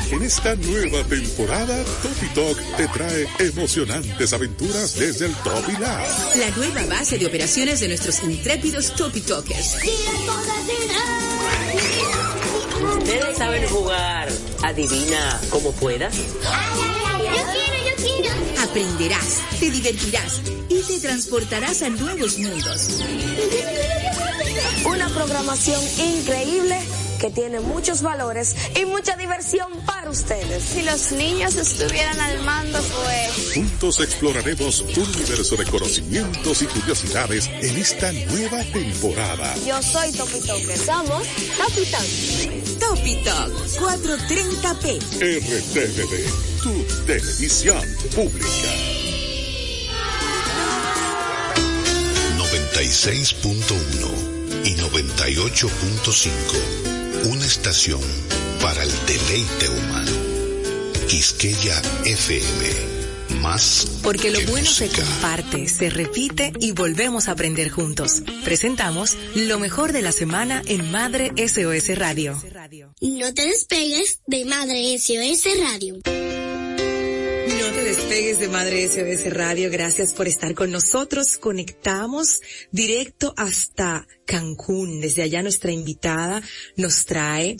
En esta nueva temporada, Topi Talk te trae emocionantes aventuras desde el Topilab. La nueva base de operaciones de nuestros intrépidos Topi Talkers. ¿Ustedes saben jugar adivina como puedas? Yo quiero. Aprenderás, te divertirás y te transportarás a nuevos mundos. Una programación increíble que tiene muchos valores y mucha diversión para ustedes. Si los niños estuvieran al mando, pues... Juntos exploraremos un universo de conocimientos y curiosidades en esta nueva temporada. Yo soy Topi Talker. Somos Topi Talk. Topi Talk 430p. RTVD, tu televisión pública. 96.1 y 98.5. Una estación para el deleite humano. Quisqueya FM. Más porque lo bueno música. se comparte, se repite y volvemos a aprender juntos. Presentamos lo mejor de la semana en Madre SOS Radio. No te despegues de Madre SOS Radio. No te despegues de Madre SOS Radio. Gracias por estar con nosotros. Conectamos directo hasta Cancún. Desde allá nuestra invitada nos trae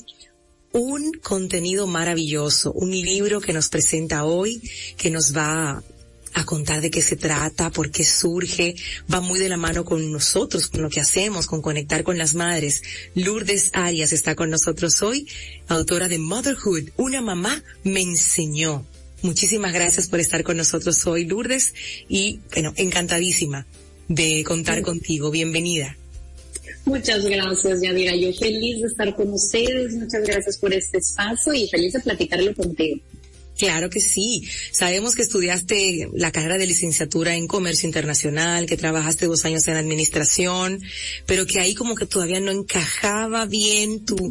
un contenido maravilloso, un libro que nos presenta hoy, que nos va a contar de qué se trata, por qué surge, va muy de la mano con nosotros, con lo que hacemos, con conectar con las madres. Lourdes Arias está con nosotros hoy, autora de Motherhood, una mamá me enseñó. Muchísimas gracias por estar con nosotros hoy, Lourdes, y bueno, encantadísima de contar contigo. Bienvenida. Muchas gracias, Yadira. Yo feliz de estar con ustedes. Muchas gracias por este espacio y feliz de platicarlo contigo. Claro que sí. Sabemos que estudiaste la carrera de licenciatura en Comercio Internacional, que trabajaste 2 años en administración, pero que ahí como que todavía no encajaba bien tu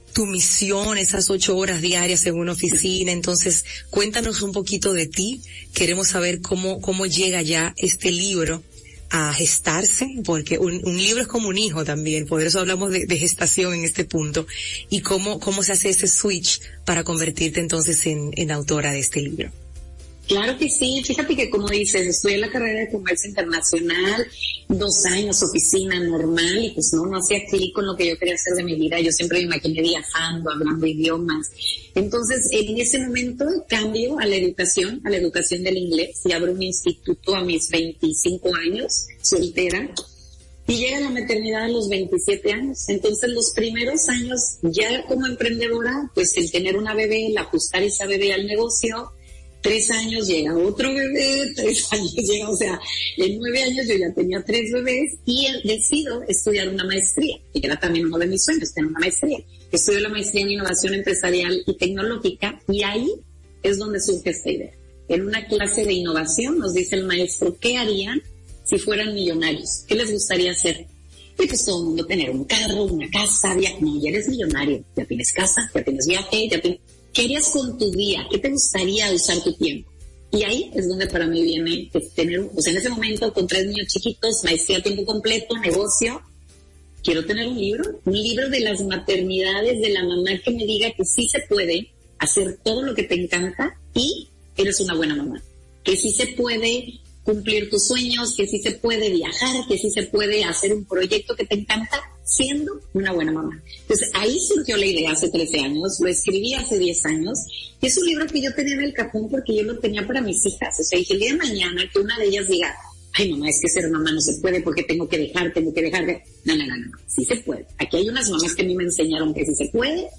misión, esas 8 horas diarias en una oficina. Entonces, cuéntanos un poquito de ti. Queremos saber cómo llega ya este libro a gestarse, porque un libro es como un hijo también, por eso hablamos de gestación en este punto, y cómo se hace ese switch para convertirte entonces en autora de este libro. Claro que sí, fíjate que como dices, estudié la carrera de Comercio Internacional, 2 años, oficina normal, y pues no hacía clic con lo que yo quería hacer de mi vida. Yo siempre me imaginé viajando, hablando idiomas. Entonces, en ese momento cambio a la educación del inglés, y abro un instituto a mis 25 años, soltera, y llega la maternidad a los 27 años. Entonces, los primeros años, ya como emprendedora, pues el tener una bebé, el ajustar esa bebé al negocio, 3 años llega otro bebé, 3 años llega, o sea, en 9 años yo ya tenía 3 bebés y decido estudiar una maestría, que era también uno de mis sueños, tener una maestría. Estudio la maestría en innovación empresarial y tecnológica, y ahí es donde surge esta idea. En una clase de innovación nos dice el maestro, ¿qué harían si fueran millonarios? ¿Qué les gustaría hacer? Y pues todo el mundo tener un carro, una casa, viaje. No, ya eres millonario, ya tienes casa, ya tienes viaje, ya tienes... ¿Qué harías con tu día? ¿Qué te gustaría usar tu tiempo? Y ahí es donde para mí viene tener, o sea, en ese momento con 3 niños chiquitos, maestría a tiempo completo, negocio, quiero tener un libro de las maternidades, de la mamá que me diga que sí se puede hacer todo lo que te encanta y eres una buena mamá. Que sí se puede cumplir tus sueños, que sí se puede viajar, que sí se puede hacer un proyecto que te encanta siendo una buena mamá. Entonces ahí surgió la idea hace 13 años, lo escribí hace 10 años, y es un libro que yo tenía en el cajón porque yo lo tenía para mis hijas. O sea, dije, el día de mañana que una de ellas diga, ay mamá, es que ser mamá no se puede porque tengo que dejar. No, sí se puede. Aquí hay unas mamás que a mí me enseñaron que sí se puede,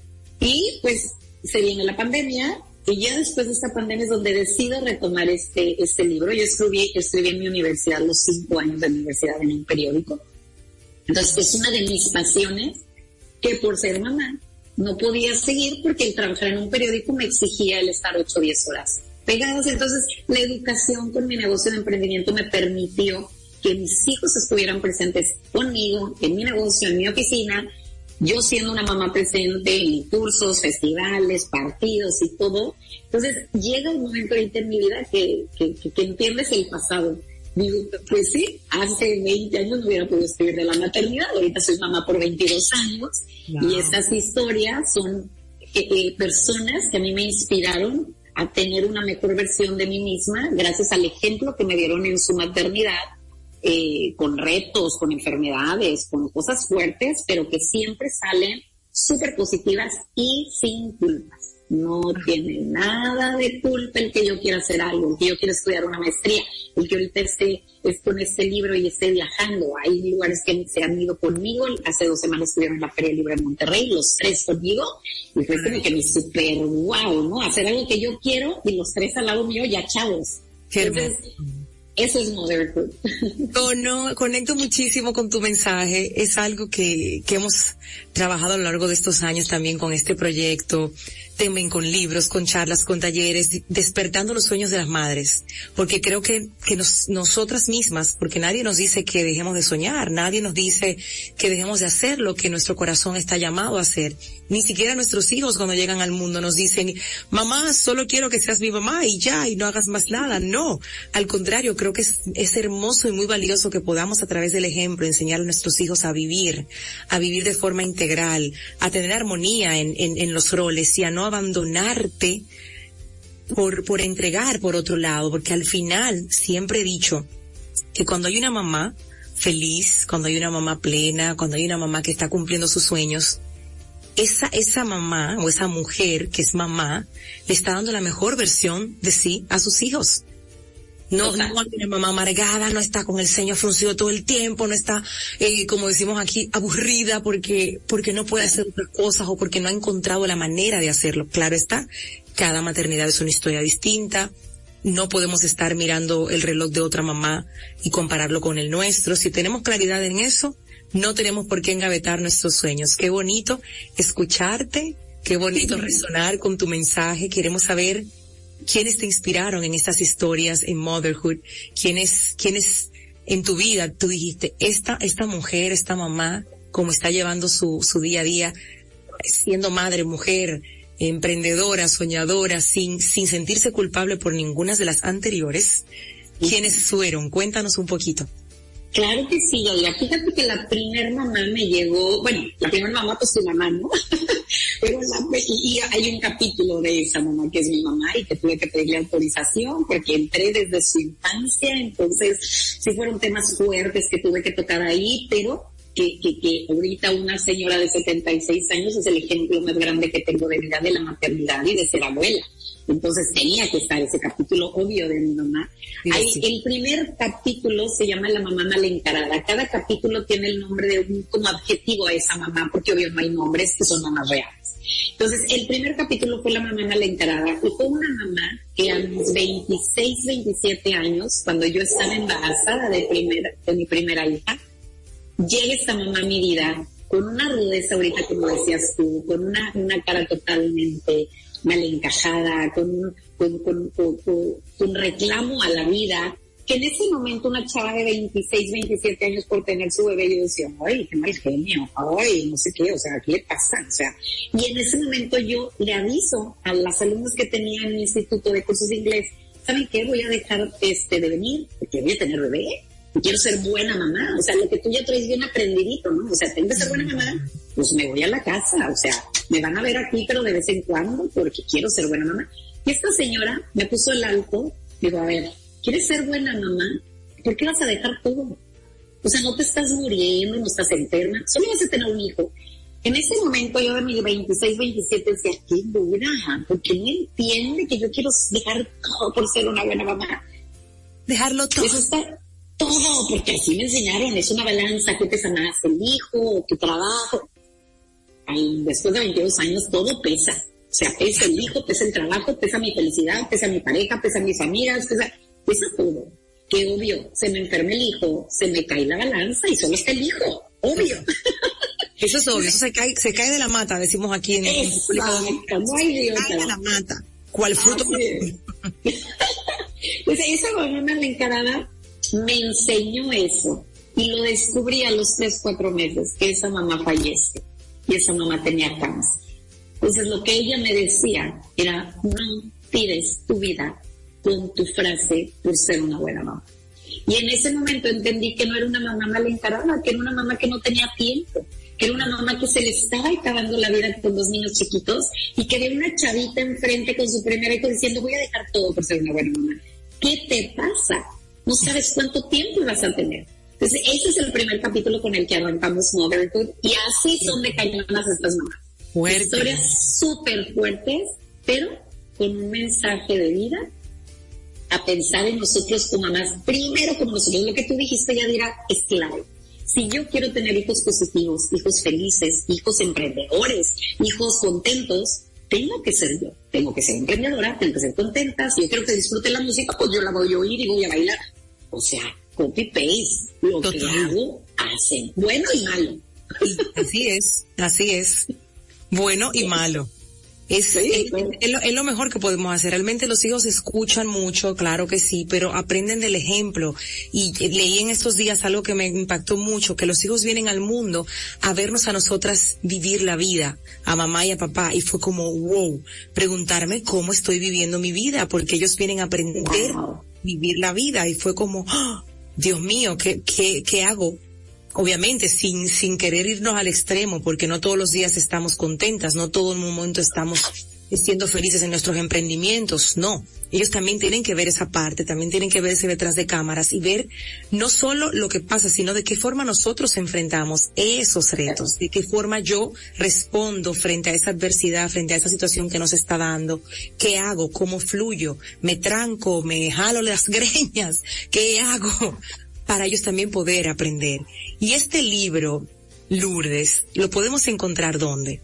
y pues se viene la pandemia. Y ya después de esta pandemia es donde decido retomar este libro. Yo escribí en mi universidad los 5 años de universidad en un periódico. Entonces es una de mis pasiones que por ser mamá no podía seguir porque el trabajar en un periódico me exigía el estar 8 o 10 horas pegadas. Entonces la educación con mi negocio de emprendimiento me permitió que mis hijos estuvieran presentes conmigo, en mi negocio, en mi oficina, yo siendo una mamá presente en cursos, festivales, partidos y todo. Entonces llega un momento ahorita en mi vida que entiendes el pasado. Digo, pues sí, hace 20 años no hubiera podido escribir de la maternidad, ahorita soy mamá por 22 años, wow. Y estas historias son personas que a mí me inspiraron a tener una mejor versión de mí misma gracias al ejemplo que me dieron en su maternidad, con retos, con enfermedades, con cosas fuertes, pero que siempre salen súper positivas y sin culpas. No tiene nada de culpa el que yo quiera hacer algo, el que yo quiera estudiar una maestría, el que ahorita esté con este libro y esté viajando. Hay lugares que se han ido conmigo. Hace 2 semanas estuvieron en la Feria Libre de Monterrey, los 3 conmigo, y fue como que mi super wow, ¿no? Hacer algo que yo quiero y los 3 al lado mío ya chavos. Entonces, eso es motherhood. No, conecto muchísimo con tu mensaje. Es algo que hemos trabajado a lo largo de estos años también con este proyecto, también con libros, con charlas, con talleres, despertando los sueños de las madres. Porque creo que nosotras mismas, porque nadie nos dice que dejemos de soñar, nadie nos dice que dejemos de hacer lo que nuestro corazón está llamado a hacer. Ni siquiera nuestros hijos cuando llegan al mundo nos dicen, mamá, solo quiero que seas mi mamá y ya, y no hagas más nada. No, al contrario, creo que es hermoso y muy valioso que podamos a través del ejemplo enseñar a nuestros hijos a vivir de forma integral, a tener armonía en los roles y a no abandonarte por entregar por otro lado, porque al final siempre he dicho que cuando hay una mamá feliz, cuando hay una mamá plena, cuando hay una mamá que está cumpliendo sus sueños, esa mamá o esa mujer que es mamá le está dando la mejor versión de sí a sus hijos. No hay una mamá amargada, no está con el ceño fruncido todo el tiempo, no está, como decimos aquí, aburrida porque no puede hacer otras cosas o porque no ha encontrado la manera de hacerlo. Claro está, cada maternidad es una historia distinta. No podemos estar mirando el reloj de otra mamá y compararlo con el nuestro. Si tenemos claridad en eso, no tenemos por qué engavetar nuestros sueños. Qué bonito escucharte, qué bonito resonar con tu mensaje. Queremos saber quiénes te inspiraron en estas historias en motherhood, quiénes en tu vida tú dijiste, esta mujer, esta mamá, cómo está llevando su día a día, siendo madre, mujer, emprendedora, soñadora, sin sentirse culpable por ninguna de las anteriores. ¿Quiénes fueron? Cuéntanos un poquito. Claro que sí, Olga. Fíjate que la primer mamá me llegó, bueno, la primer mamá pues tu mamá, ¿no? Pero y hay un capítulo de esa mamá que es mi mamá y que tuve que pedirle autorización porque entré desde su infancia, entonces sí fueron temas fuertes que tuve que tocar ahí, pero que ahorita una señora de 76 años es el ejemplo más grande que tengo de vida de la maternidad y de ser abuela. Entonces tenía que estar ese capítulo obvio de mi mamá. Sí. El primer capítulo se llama La mamá mal encarada. Cada capítulo tiene el nombre de un como adjetivo a esa mamá, porque obvio no hay nombres que son mamás reales. Entonces, el primer capítulo fue La mamá mal encarada, y fue una mamá que a mis 26, 27 años, cuando yo estaba embarazada de mi primera hija, llega esta mamá a mi vida con una rudeza ahorita, como decías tú, con una cara totalmente mal encajada, con reclamo a la vida, que en ese momento una chava de 26, 27 años por tener su bebé, yo decía, ay, qué mal genio, ay, no sé qué, o sea, ¿qué le pasa? O sea, y en ese momento yo le aviso a las alumnas que tenía en mi instituto de cursos de inglés, ¿saben qué? Voy a dejar de venir, porque voy a tener bebé, y quiero ser buena mamá, o sea, lo que tú ya traes bien aprendidito, ¿no? O sea, tengo que ser buena mamá, pues me voy a la casa, o sea, me van a ver aquí, pero de vez en cuando, porque quiero ser buena mamá. Y esta señora me puso el alto, digo, a ver, ¿quieres ser buena mamá? ¿Por qué vas a dejar todo? O sea, no te estás muriendo, no estás enferma, solo vas a tener un hijo. En ese momento yo de mis 26, 27 decía, qué dura, porque no entiende que yo quiero dejar todo por ser una buena mamá. Dejarlo todo. Eso está todo, porque así me enseñaron, es una balanza, ¿qué pesa más? ¿El hijo? ¿Tu trabajo? Ay, después de 22 años todo pesa. O sea, pesa el hijo, pesa el trabajo, pesa mi felicidad, pesa mi pareja, pesa mis amigas, pesa todo. Que obvio, se me enferma el hijo, se me cae la balanza y solo está el hijo, obvio. Eso es obvio, eso se cae de la mata, decimos aquí en República Dominicana. No hay de otra. Cae de la mata. ¿Cuál fruto? Pues esa mamá mal encarada me enseñó eso y lo descubrí a los 3-4 meses que esa mamá fallece y esa mamá tenía cáncer. Entonces lo que ella me decía era, no tires tu vida con tu frase por ser una buena mamá. Y en ese momento entendí que no era una mamá mal encarada, que era una mamá que no tenía tiempo, que era una mamá que se le estaba acabando la vida con 2 niños chiquitos y que ve una chavita enfrente con su primer hijo diciendo, voy a dejar todo por ser una buena mamá. ¿Qué te pasa? No sabes cuánto tiempo vas a tener. Entonces, ese es el primer capítulo con el que arrancamos Motherhood, y así son de cañonas estas mamás. Fuerte. Historias súper fuertes, pero con un mensaje de vida, a pensar en nosotros como mamás, primero como nosotros. Lo que tú dijiste, Yadira, es clave. Si yo quiero tener hijos positivos, hijos felices, hijos emprendedores, hijos contentos, tengo que ser yo. Tengo que ser emprendedora, tengo que ser contenta. Si yo quiero que disfrute la música, pues yo la voy a oír y voy a bailar. O sea, copy-paste. Lo Total. Que hago, hacen. Bueno y malo. Así es. Bueno y malo. Es lo mejor que podemos hacer. Realmente los hijos escuchan mucho, claro que sí, pero aprenden del ejemplo. Y leí en estos días algo que me impactó mucho, que los hijos vienen al mundo a vernos a nosotras vivir la vida, a mamá y a papá, y fue como, wow, preguntarme cómo estoy viviendo mi vida, porque ellos vienen a aprender a vivir la vida, y fue como, oh, Dios mío, ¿qué hago? Obviamente, sin querer irnos al extremo, porque no todos los días estamos contentas, no todo el momento estamos siendo felices en nuestros emprendimientos, no. Ellos también tienen que ver esa parte, también tienen que verse detrás de cámaras y ver no solo lo que pasa, sino de qué forma nosotros enfrentamos esos retos, de qué forma yo respondo frente a esa adversidad, frente a esa situación que nos está dando, qué hago, cómo fluyo, me tranco, me jalo las greñas, qué hago, para ellos también poder aprender. Y este libro, Lourdes, ¿lo podemos encontrar dónde?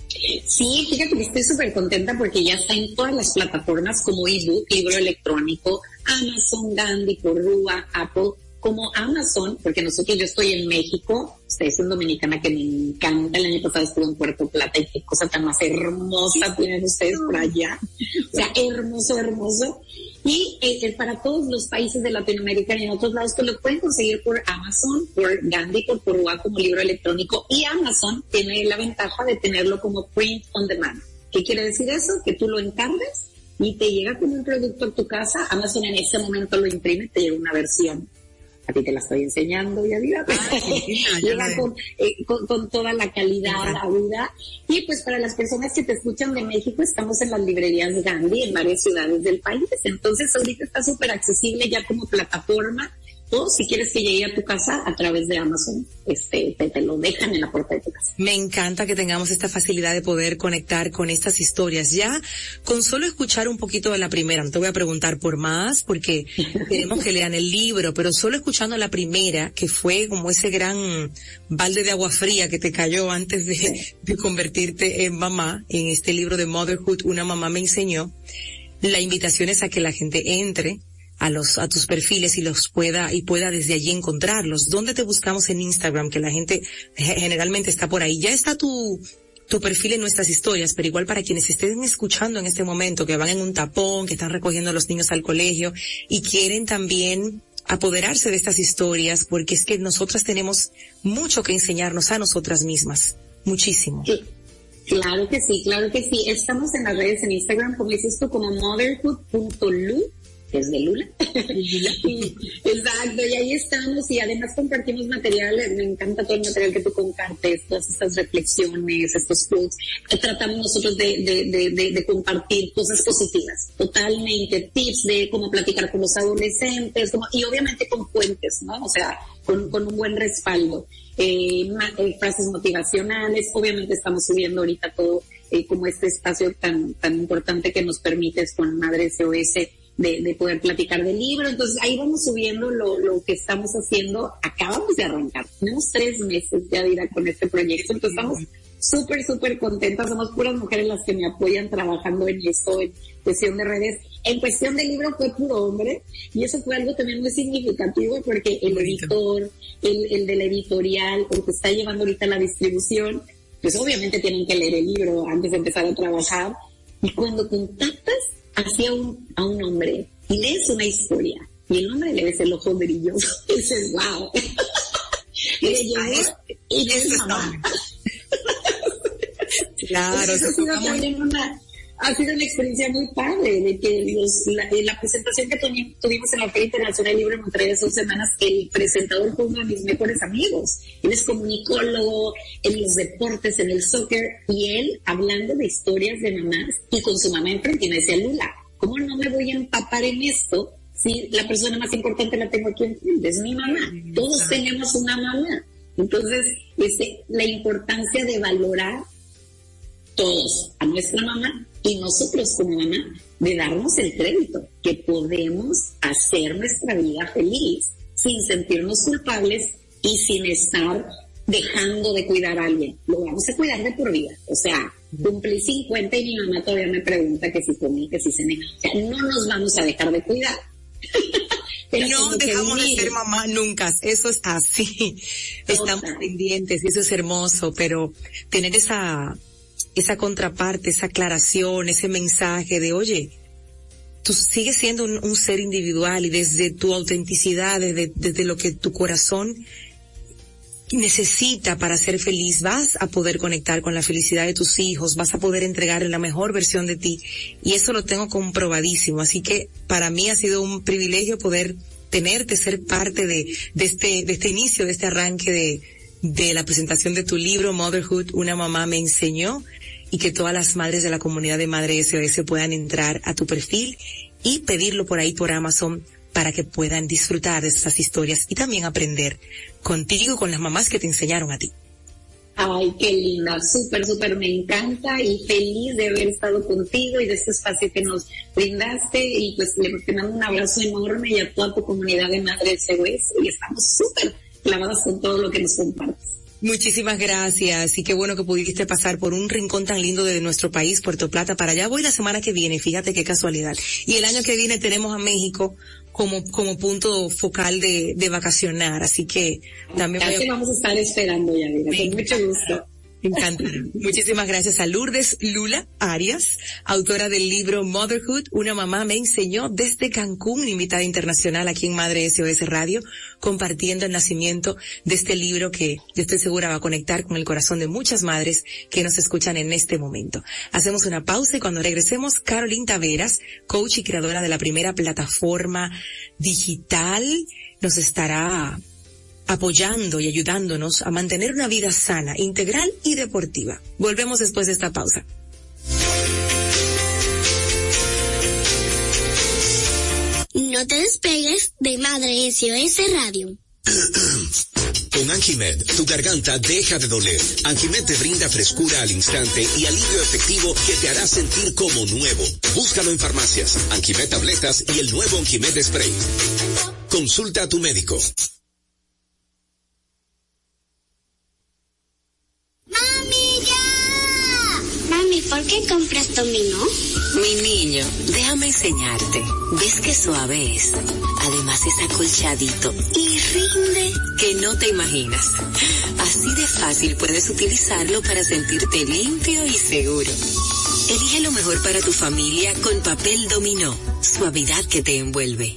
Sí, fíjate que estoy súper contenta porque ya está en todas las plataformas como ebook, libro electrónico, Amazon, Gandhi, Porrúa, Apple, como Amazon, porque yo estoy en México, ustedes son dominicana que me encanta, el año pasado estuve en Puerto Plata y qué cosa tan más hermosa tienen ustedes por allá, o sea, hermoso. Y para todos los países de Latinoamérica y en otros lados, pues lo pueden conseguir por Amazon, por Gandhi, por Porrúa como libro electrónico, y Amazon tiene la ventaja de tenerlo como print on demand. ¿Qué quiere decir eso? Que tú lo encargas y te llega como un producto a tu casa. Amazon en ese momento lo imprime, te llega una versión. A ti te la estoy enseñando, Yadira. Llega con toda la calidad, la vida. Y pues para las personas que te escuchan de México, estamos en las librerías Gandhi en varias ciudades del país. Entonces ahorita está súper accesible ya como plataforma. O si quieres que llegue a tu casa a través de Amazon, te lo dejan en la puerta de tu casa. Me encanta que tengamos esta facilidad de poder conectar con estas historias. Ya con solo escuchar un poquito de la primera, no te voy a preguntar por más porque queremos que lean el libro, pero solo escuchando la primera, que fue como ese gran balde de agua fría que te cayó antes de convertirte en mamá, en este libro de Motherhood, una mamá me enseñó. La invitación es a que la gente entre a tus perfiles y pueda desde allí encontrarlos. ¿Dónde te buscamos en Instagram? Que la gente generalmente está por ahí. Ya está tu perfil en nuestras historias, pero igual para quienes estén escuchando en este momento, que van en un tapón, que están recogiendo a los niños al colegio y quieren también apoderarse de estas historias, porque es que nosotras tenemos mucho que enseñarnos a nosotras mismas. Muchísimo. Sí. Claro que sí. Estamos en las redes en Instagram, como dices tú, como motherhood.lu. Que es de Lula. Exacto, y ahí estamos, y además compartimos material. Me encanta todo el material que tú compartes, todas estas reflexiones, estos quotes. Tratamos nosotros de compartir cosas positivas, totalmente, tips de cómo platicar con los adolescentes, y obviamente con fuentes, ¿no? O sea, con un buen respaldo. Frases motivacionales, obviamente estamos subiendo ahorita todo, como este espacio tan importante que nos permites con Madre SOS, de poder platicar del libro. Entonces ahí vamos subiendo lo que estamos haciendo. Acabamos de arrancar, tenemos 3 meses ya de ir con este proyecto, entonces estamos súper contentas. Somos puras mujeres las que me apoyan trabajando en eso, en cuestión de redes. En cuestión del libro fue puro hombre, y eso fue algo también muy significativo, porque el editor, el de la editorial, el que está llevando ahorita la distribución, pues obviamente tienen que leer el libro antes de empezar a trabajar. Y cuando contactas hacia a un hombre y lees una historia y el hombre le ves el ojo brilloso y dices, wow. Y es mamá. Claro, eso ha sido también ha sido una experiencia muy padre, de que la presentación que tuvimos en la Feria Internacional del Libro de Monterrey de 2 semanas, el presentador fue uno de mis mejores amigos. Él es comunicólogo en los deportes, en el soccer, y él hablando de historias de mamás y con su mamá enfrente, y me decía, Lula, ¿cómo no me voy a empapar en esto si la persona más importante la tengo aquí enfrente? Es mi mamá. Todos tenemos una mamá. Entonces, la importancia de valorar todos a nuestra mamá y nosotros como mamá, de darnos el crédito que podemos hacer nuestra vida feliz sin sentirnos culpables y sin estar dejando de cuidar a alguien. Lo vamos a cuidar de por vida. O sea, cumplí 50 y mi mamá todavía me pregunta que si comí, que si cené. O sea, no nos vamos a dejar de cuidar. Pero no dejamos de ser mamá nunca, eso es así. Estamos pendientes y eso es hermoso, pero tener esa contraparte, esa aclaración, ese mensaje de, oye, tú sigues siendo un ser individual y desde tu autenticidad, desde lo que tu corazón necesita para ser feliz, vas a poder conectar con la felicidad de tus hijos, vas a poder entregarle la mejor versión de ti, y eso lo tengo comprobadísimo. Así que para mí ha sido un privilegio poder tenerte, ser parte de este inicio, de este arranque de la presentación de tu libro Motherhood, Una Mamá Me Enseñó, y que todas las madres de la comunidad de Madre SOS puedan entrar a tu perfil y pedirlo por ahí por Amazon para que puedan disfrutar de esas historias y también aprender contigo, con las mamás que te enseñaron a ti. Ay, qué linda, súper, me encanta y feliz de haber estado contigo y de este espacio que nos brindaste, y pues te mando un abrazo enorme y a toda tu comunidad de Madre SOS, y estamos súper clavadas con todo lo que nos compartes. Muchísimas gracias, y qué bueno que pudiste pasar por un rincón tan lindo de nuestro país, Puerto Plata. Para allá voy la semana que viene, fíjate qué casualidad. Y el año que viene tenemos a México como punto focal de vacacionar, así que también vamos a estar esperando ya, mira, con mucho gusto. Me encanta. Muchísimas gracias a Lourdes Lula Arias, autora del libro Motherhood, Una Mamá Me Enseñó, desde Cancún, invitada internacional aquí en Madre SOS Radio, compartiendo el nacimiento de este libro que yo estoy segura va a conectar con el corazón de muchas madres que nos escuchan en este momento. Hacemos una pausa y cuando regresemos, Carolyn Taveras, coach y creadora de la primera plataforma digital, nos estará apoyando y ayudándonos a mantener una vida sana, integral y deportiva. Volvemos después de esta pausa. No te despegues de Madre SOS Radio. Con Anjimed, tu garganta deja de doler. Anjimed te brinda frescura al instante y alivio efectivo que te hará sentir como nuevo. Búscalo en farmacias, Anjimed tabletas y el nuevo Anjimed Spray. Consulta a tu médico. Mami, ¿por qué compras Domino? Mi niño, déjame enseñarte. ¿Ves qué suave es? Además es acolchadito y rinde que no te imaginas. Así de fácil puedes utilizarlo para sentirte limpio y seguro. Elige lo mejor para tu familia con papel Dominó. Suavidad que te envuelve.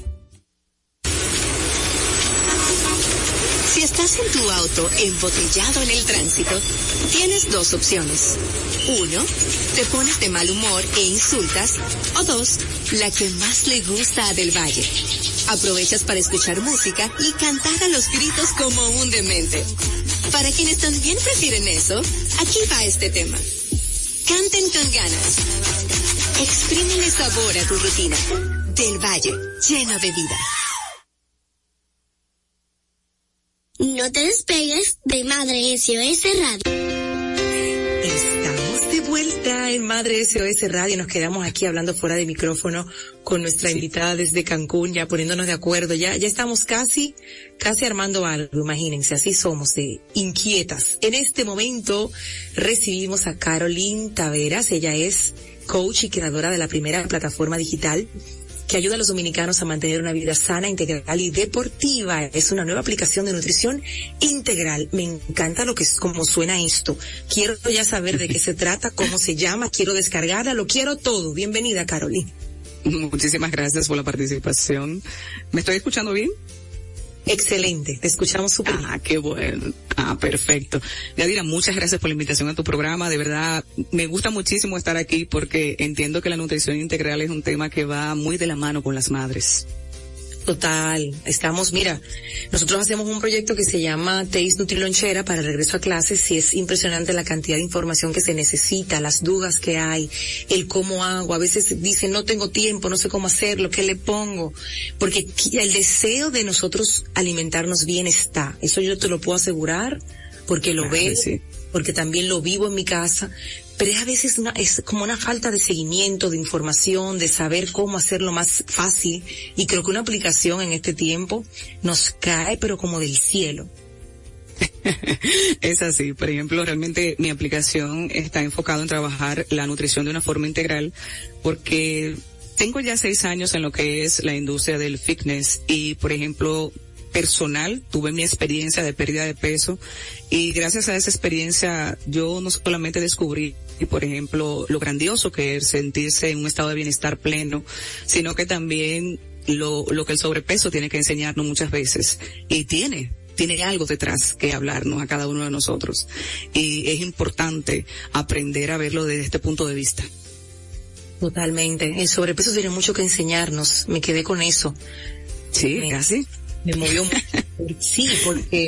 Si estás en tu auto embotellado en el tránsito, tienes dos opciones. 1, te pones de mal humor e insultas. O 2, la que más le gusta a Del Valle. Aprovechas para escuchar música y cantar a los gritos como un demente. Para quienes también prefieren eso, aquí va este tema. Canten con ganas. Exprímele sabor a tu rutina. Del Valle, lleno de vida. No te despegues de Madre SOS Radio. Estamos de vuelta en Madre SOS Radio. Nos quedamos aquí hablando fuera de micrófono con nuestra invitada desde Cancún, ya poniéndonos de acuerdo. Ya estamos casi armando algo. Imagínense, así somos de inquietas. En este momento recibimos a Carolyn Taveras. Ella es coach y creadora de la primera plataforma digital que ayuda a los dominicanos a mantener una vida sana, integral y deportiva. Es una nueva aplicación de nutrición integral. Me encanta cómo suena esto. Quiero ya saber de qué se trata, cómo se llama, quiero descargarla, lo quiero todo. Bienvenida, Carolyn. Muchísimas gracias por la participación. ¿Me estoy escuchando bien? Excelente, te escuchamos súper bien. Qué bueno. Perfecto. Yadira, muchas gracias por la invitación a tu programa. De verdad, me gusta muchísimo estar aquí porque entiendo que la nutrición integral es un tema que va muy de la mano con las madres. Total, mira, nosotros hacemos un proyecto que se llama Taste Nutrilonchera para el regreso a clases y es impresionante la cantidad de información que se necesita, las dudas que hay, el cómo hago, a veces dicen no tengo tiempo, no sé cómo hacerlo, ¿qué le pongo? Porque el deseo de nosotros alimentarnos bien está, eso yo te lo puedo asegurar porque lo veo, sí. Porque también lo vivo en mi casa, pero es a veces es como una falta de seguimiento, de información, de saber cómo hacerlo más fácil, y creo que una aplicación en este tiempo nos cae pero como del cielo. Es así, por ejemplo, realmente mi aplicación está enfocada en trabajar la nutrición de una forma integral, porque tengo ya 6 años en lo que es la industria del fitness y, por ejemplo, personal, tuve mi experiencia de pérdida de peso y gracias a esa experiencia yo no solamente descubrí, por ejemplo, lo grandioso que es sentirse en un estado de bienestar pleno, sino que también lo que el sobrepeso tiene que enseñarnos muchas veces y tiene algo detrás que hablarnos a cada uno de nosotros y es importante aprender a verlo desde este punto de vista. Totalmente, el sobrepeso tiene mucho que enseñarnos, me quedé con eso. Sí, casi. Me movió mucho. Sí, porque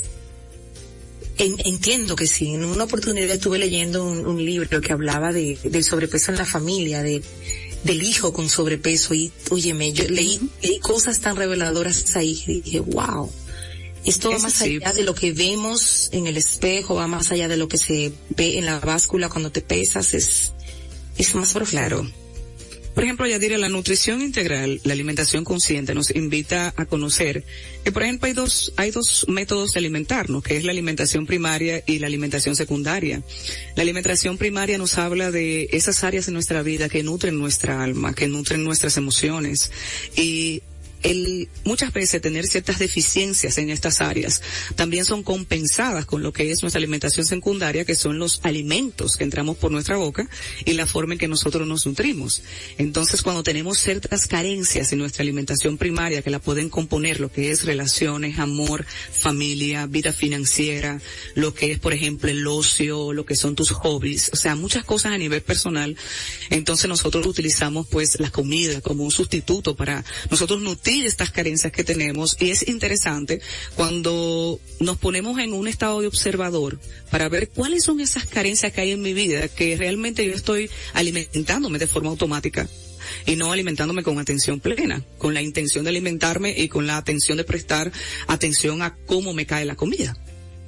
entiendo que sí. En una oportunidad estuve leyendo un libro que hablaba del sobrepeso en la familia, del hijo con sobrepeso y, óyeme, yo leí cosas tan reveladoras ahí y dije, wow. Esto va más allá de lo que vemos en el espejo, va más allá de lo que se ve en la báscula cuando te pesas, es más profundo. Claro. Por ejemplo, Yadira, la nutrición integral, la alimentación consciente nos invita a conocer que, por ejemplo, hay dos métodos de alimentarnos, que es la alimentación primaria y la alimentación secundaria. La alimentación primaria nos habla de esas áreas de nuestra vida que nutren nuestra alma, que nutren nuestras emociones y muchas veces tener ciertas deficiencias en estas áreas también son compensadas con lo que es nuestra alimentación secundaria, que son los alimentos que entramos por nuestra boca y la forma en que nosotros nos nutrimos. Entonces, cuando tenemos ciertas carencias en nuestra alimentación primaria que la pueden componer lo que es relaciones, amor, familia, vida financiera, lo que es, por ejemplo, el ocio, lo que son tus hobbies, o sea, muchas cosas a nivel personal, entonces nosotros utilizamos pues la comida como un sustituto para nosotros nutrir estas carencias que tenemos y es interesante cuando nos ponemos en un estado de observador para ver cuáles son esas carencias que hay en mi vida que realmente yo estoy alimentándome de forma automática y no alimentándome con atención plena, con la intención de alimentarme y con la atención de prestar atención a cómo me cae la comida.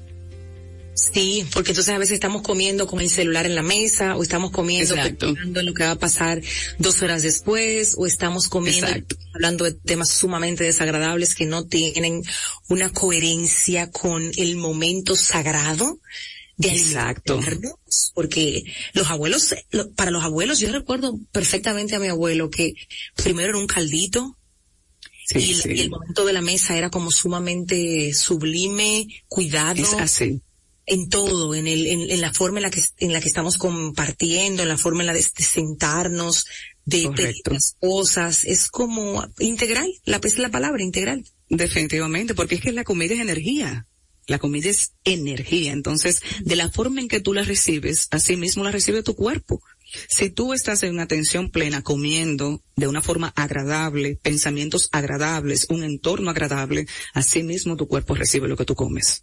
Sí, porque entonces a veces estamos comiendo con el celular en la mesa, o estamos comiendo pensando en lo que va a pasar 2 horas después, o estamos comiendo hablando de temas sumamente desagradables que no tienen una coherencia con el momento sagrado de alimentarnos, porque para los abuelos, yo recuerdo perfectamente a mi abuelo que primero era un caldito, y el momento de la mesa era como sumamente sublime, cuidado. Es así. En todo, en la forma en la que estamos compartiendo, en la forma en la de sentarnos, de pedir las cosas, es como integral, es la palabra integral. Definitivamente, porque es que la comida es energía. La comida es energía, entonces, de la forma en que tú la recibes, así mismo la recibe tu cuerpo. Si tú estás en una atención plena comiendo de una forma agradable, pensamientos agradables, un entorno agradable, así mismo tu cuerpo recibe lo que tú comes.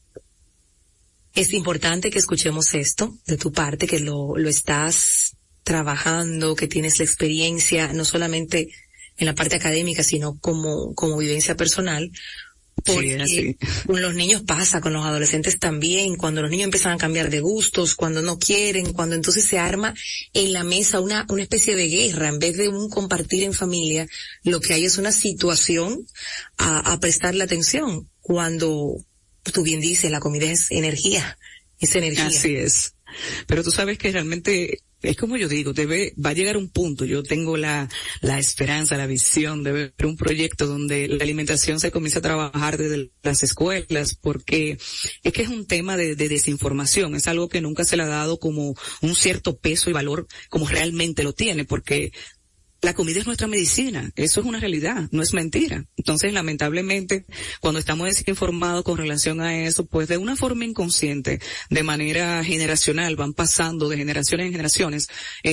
Es importante que escuchemos esto de tu parte, que lo estás trabajando, que tienes la experiencia, no solamente en la parte académica, sino como vivencia personal, porque con los niños pasa, con los adolescentes también, cuando los niños empiezan a cambiar de gustos, cuando no quieren, cuando entonces se arma en la mesa una especie de guerra, en vez de un compartir en familia, lo que hay es una situación a prestarle atención, cuando tú bien dices, la comida es energía, es energía. Así es. Pero tú sabes que realmente, es como yo digo, va a llegar un punto, yo tengo la esperanza, la visión de ver un proyecto donde la alimentación se comienza a trabajar desde las escuelas, porque es que es un tema de desinformación, es algo que nunca se le ha dado como un cierto peso y valor como realmente lo tiene, porque la comida es nuestra medicina, eso es una realidad, no es mentira. Entonces, lamentablemente, cuando estamos desinformados con relación a eso, pues de una forma inconsciente, de manera generacional, van pasando de generaciones en generaciones,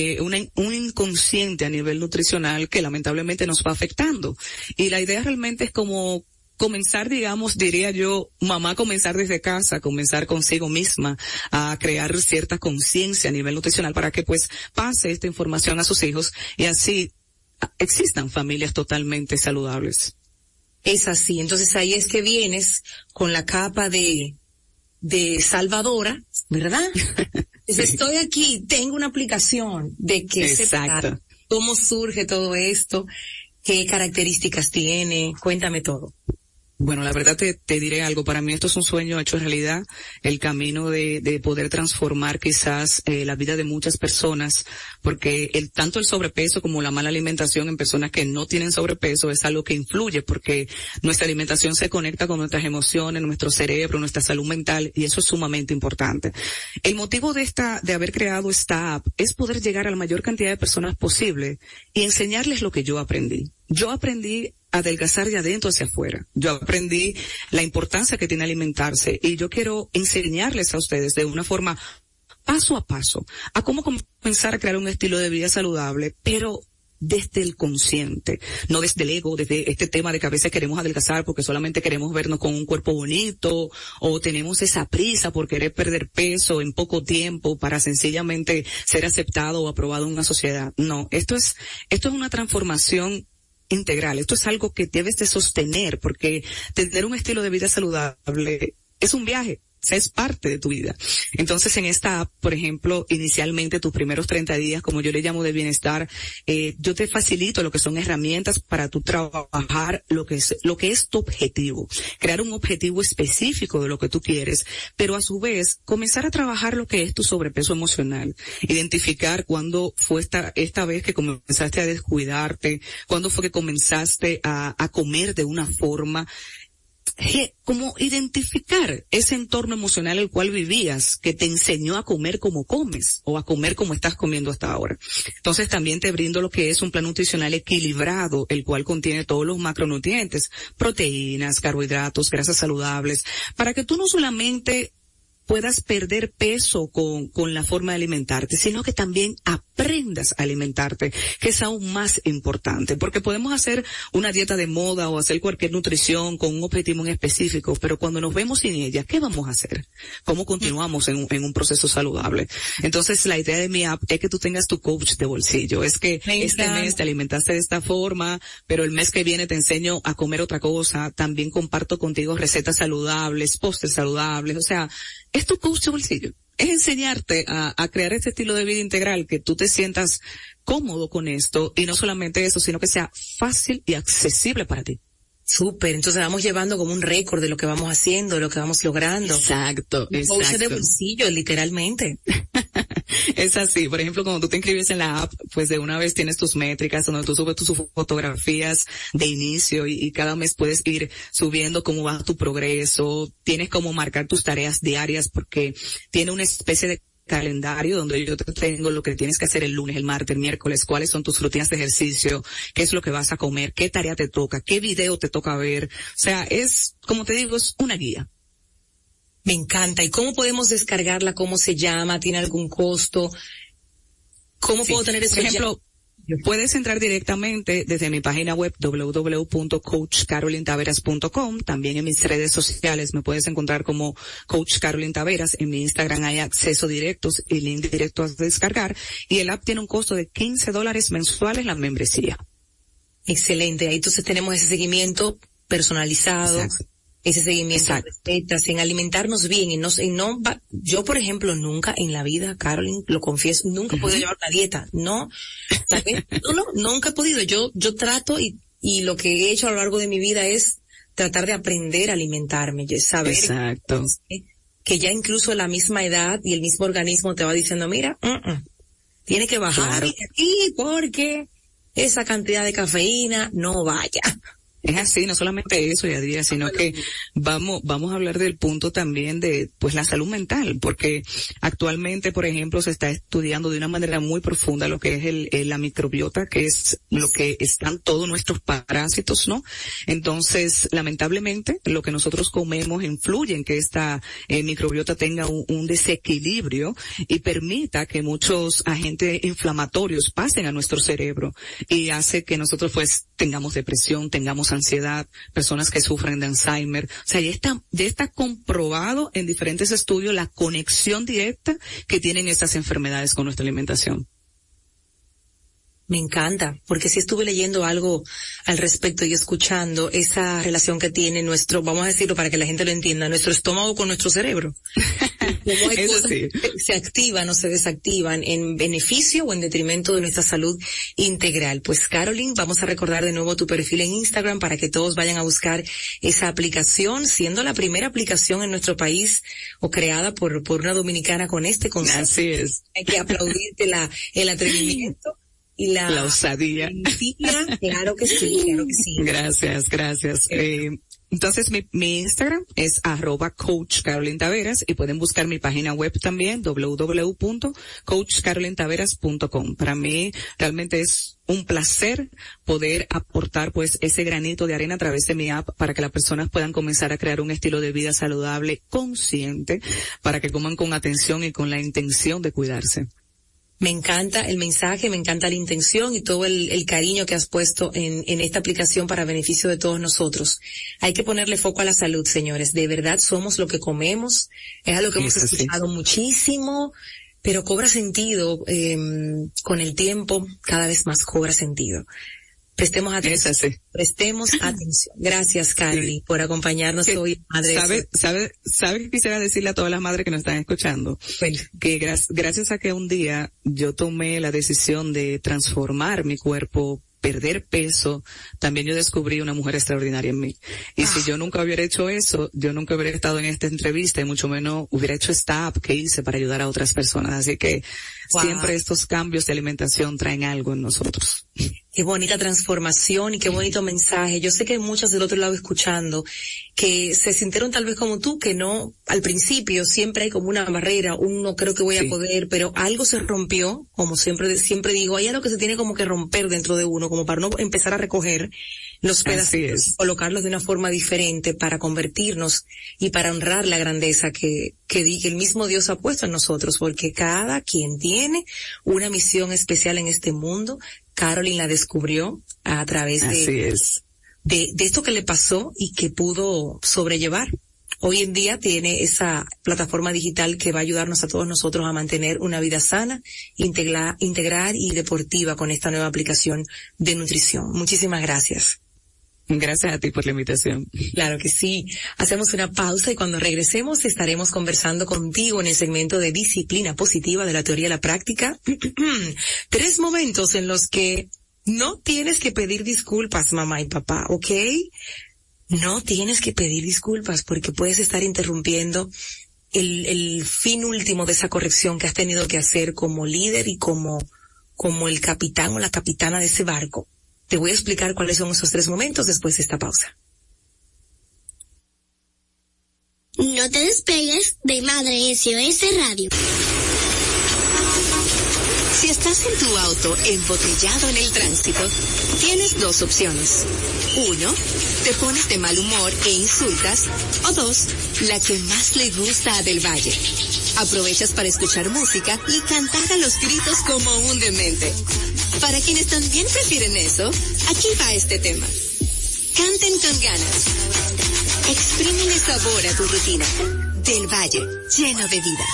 un inconsciente a nivel nutricional que lamentablemente nos va afectando. Y la idea realmente es como comenzar, digamos, diría yo, mamá, comenzar desde casa, comenzar consigo misma a crear cierta conciencia a nivel nutricional para que pues pase esta información a sus hijos y así existan familias totalmente saludables. Es así. Entonces ahí es que vienes con la capa de salvadora, ¿verdad? Sí. Estoy aquí, tengo una aplicación de qué se trata, cómo surge todo esto, qué características tiene, cuéntame todo. Bueno, la verdad te diré algo, para mí esto es un sueño hecho realidad, el camino de poder transformar quizás la vida de muchas personas, porque tanto el sobrepeso como la mala alimentación en personas que no tienen sobrepeso es algo que influye, porque nuestra alimentación se conecta con nuestras emociones, nuestro cerebro, nuestra salud mental, y eso es sumamente importante. El motivo de haber creado esta app es poder llegar a la mayor cantidad de personas posible y enseñarles lo que yo aprendí. Yo aprendí a adelgazar de adentro hacia afuera. Yo aprendí la importancia que tiene alimentarse y yo quiero enseñarles a ustedes de una forma paso a paso a cómo comenzar a crear un estilo de vida saludable, pero desde el consciente, no desde el ego, desde este tema de que a veces queremos adelgazar porque solamente queremos vernos con un cuerpo bonito o tenemos esa prisa por querer perder peso en poco tiempo para sencillamente ser aceptado o aprobado en una sociedad. No, esto es una transformación integral. Esto es algo que debes de sostener porque tener un estilo de vida saludable es un viaje. Es parte de tu vida. Entonces, en esta app, por ejemplo, inicialmente tus primeros 30 días, como yo le llamo de bienestar, yo te facilito lo que son herramientas para tú trabajar lo que es tu objetivo. Crear un objetivo específico de lo que tú quieres, pero a su vez, comenzar a trabajar lo que es tu sobrepeso emocional. Identificar cuándo fue esta vez que comenzaste a descuidarte, cuándo fue que comenzaste a comer de una forma, como identificar ese entorno emocional el cual vivías que te enseñó a comer como comes o a comer como estás comiendo hasta ahora. Entonces también te brindo lo que es un plan nutricional equilibrado, el cual contiene todos los macronutrientes, proteínas, carbohidratos, grasas saludables, para que tú no solamente puedas perder peso con la forma de alimentarte, sino que también aprendas a alimentarte, que es aún más importante, porque podemos hacer una dieta de moda o hacer cualquier nutrición con un objetivo en específico, pero cuando nos vemos sin ella, ¿qué vamos a hacer? ¿Cómo continuamos en un proceso saludable? Entonces, la idea de mi app es que tú tengas tu coach de bolsillo, es que este mes te alimentaste de esta forma, pero el mes que viene te enseño a comer otra cosa, también comparto contigo recetas saludables, postres saludables, o sea, es tu coach de bolsillo. Es enseñarte a crear este estilo de vida integral, que tú te sientas cómodo con esto y no solamente eso, sino que sea fácil y accesible para ti. Súper, entonces vamos llevando como un récord de lo que vamos haciendo, de lo que vamos logrando. Exacto. Coach de bolsillo, literalmente. Es así, por ejemplo, cuando tú te inscribes en la app, pues de una vez tienes tus métricas, donde tú subes tus fotografías de inicio y cada mes puedes ir subiendo cómo va tu progreso, tienes como marcar tus tareas diarias porque tiene una especie de calendario donde yo te tengo lo que tienes que hacer el lunes, el martes, el miércoles, cuáles son tus rutinas de ejercicio, qué es lo que vas a comer, qué tarea te toca, qué video te toca ver, o sea, es, como te digo, es una guía. Me encanta. ¿Y cómo podemos descargarla? ¿Cómo se llama? ¿Tiene algún costo? ¿Cómo puedo tener eso? Por ejemplo, puedes entrar directamente desde mi página web www.coachcarolintaveras.com. También en mis redes sociales me puedes encontrar como Coach Carolyn Taveras. En mi Instagram hay acceso directo y link directo a descargar. Y el app tiene un costo de $15 mensuales la membresía. Excelente. Ahí entonces tenemos ese seguimiento personalizado. Exacto. Ese seguimiento de recetas, en alimentarnos bien, yo por ejemplo nunca en la vida, Carolyn, lo confieso, nunca he podido llevar una dieta, no, ¿sabes? Nunca he podido, yo trato y lo que he hecho a lo largo de mi vida es tratar de aprender a alimentarme, saber que ya incluso la misma edad y el mismo organismo te va diciendo, mira, tiene que bajar aquí porque esa cantidad de cafeína no vaya. Es así, no solamente eso, Yadira, sino que vamos a hablar del punto también de, pues, la salud mental, porque actualmente, por ejemplo, se está estudiando de una manera muy profunda lo que es la microbiota, que es lo que están todos nuestros parásitos, ¿no? Entonces, lamentablemente, lo que nosotros comemos influye en que esta microbiota tenga un desequilibrio y permita que muchos agentes inflamatorios pasen a nuestro cerebro y hace que nosotros, pues, tengamos depresión, tengamos ansiedad, personas que sufren de Alzheimer. O sea, ya está comprobado en diferentes estudios la conexión directa que tienen estas enfermedades con nuestra alimentación. Me encanta, porque sí estuve leyendo algo al respecto y escuchando esa relación que tiene nuestro, vamos a decirlo para que la gente lo entienda, nuestro estómago con nuestro cerebro. Como hay cosas que se activan o se desactivan en beneficio o en detrimento de nuestra salud integral. Pues, Caroline, vamos a recordar de nuevo tu perfil en Instagram para que todos vayan a buscar esa aplicación, siendo la primera aplicación en nuestro país o creada por una dominicana con este concepto. Así es. Hay que aplaudirte el atrevimiento y la osadía. Claro que sí. Gracias. Entonces mi Instagram es @coachcarolintaveras y pueden buscar mi página web también, www.coachcarolintaveras.com. Para mí realmente es un placer poder aportar pues ese granito de arena a través de mi app para que las personas puedan comenzar a crear un estilo de vida saludable, consciente, para que coman con atención y con la intención de cuidarse. Me encanta el mensaje, me encanta la intención y todo el cariño que has puesto en esta aplicación para beneficio de todos nosotros. Hay que ponerle foco a la salud, señores. De verdad somos lo que comemos. Es algo que hemos escuchado muchísimo, pero cobra sentido, con el tiempo cada vez más cobra sentido. Prestemos atención. Gracias, Carly, por acompañarnos hoy, madre. ¿Sabe que quisiera decirle a todas las madres que nos están escuchando? Bueno. Que gracias a que un día yo tomé la decisión de transformar mi cuerpo, perder peso, también yo descubrí una mujer extraordinaria en mí. Y si yo nunca hubiera hecho eso, yo nunca hubiera estado en esta entrevista y mucho menos hubiera hecho esta app que hice para ayudar a otras personas. Así que siempre estos cambios de alimentación traen algo en nosotros. Qué bonita transformación y qué bonito mensaje. Yo sé que hay muchas del otro lado escuchando que se sintieron tal vez como tú, que no, al principio siempre hay como una barrera, no creo que voy a poder, pero algo se rompió, como siempre digo, hay algo que se tiene como que romper dentro de uno, como para no empezar a recoger los pedacitos, colocarlos de una forma diferente para convertirnos y para honrar la grandeza que el mismo Dios ha puesto en nosotros, porque cada quien tiene una misión especial en este mundo. Caroline la descubrió a través de esto que le pasó y que pudo sobrellevar. Hoy en día tiene esa plataforma digital que va a ayudarnos a todos nosotros a mantener una vida sana, integral y deportiva con esta nueva aplicación de nutrición. Muchísimas gracias. Gracias a ti por la invitación. Claro que sí. Hacemos una pausa y cuando regresemos estaremos conversando contigo en el segmento de disciplina positiva de la teoría a la práctica. 3 momentos en los que no tienes que pedir disculpas, mamá y papá, ¿ok? No tienes que pedir disculpas porque puedes estar interrumpiendo el fin último de esa corrección que has tenido que hacer como líder y como el capitán o la capitana de ese barco. Te voy a explicar cuáles son esos 3 momentos después de esta pausa. No te despegues de Madre SOS Radio. Si estás en tu auto embotellado en el tránsito, tienes 2 opciones. 1, te pones de mal humor e insultas. O 2, la que más le gusta a Del Valle. Aprovechas para escuchar música y cantar a los gritos como un demente. Para quienes también prefieren eso, aquí va este tema. Canten con ganas. Exprímele sabor a tu rutina. Del Valle, lleno de vida.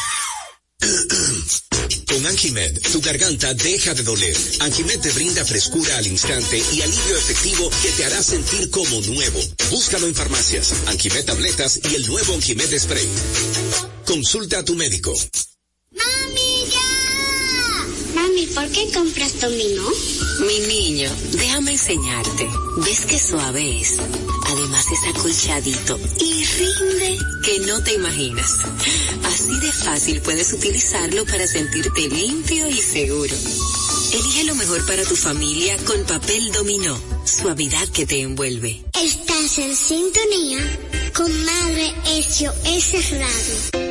Con Anjimed, tu garganta deja de doler. Anjimed te brinda frescura al instante y alivio efectivo que te hará sentir como nuevo. Búscalo en farmacias, Anjimed tabletas y el nuevo Anjimed Spray. Consulta a tu médico. ¡Mami, ya! Mami, ¿por qué compras Domino? Mi niño, déjame enseñarte. ¿Ves qué suave es? Además es acolchadito y rinde que no te imaginas. Así de fácil puedes utilizarlo para sentirte limpio y seguro. Elige lo mejor para tu familia con Papel Dominó, suavidad que te envuelve. Estás en sintonía con Madre SOS Radio.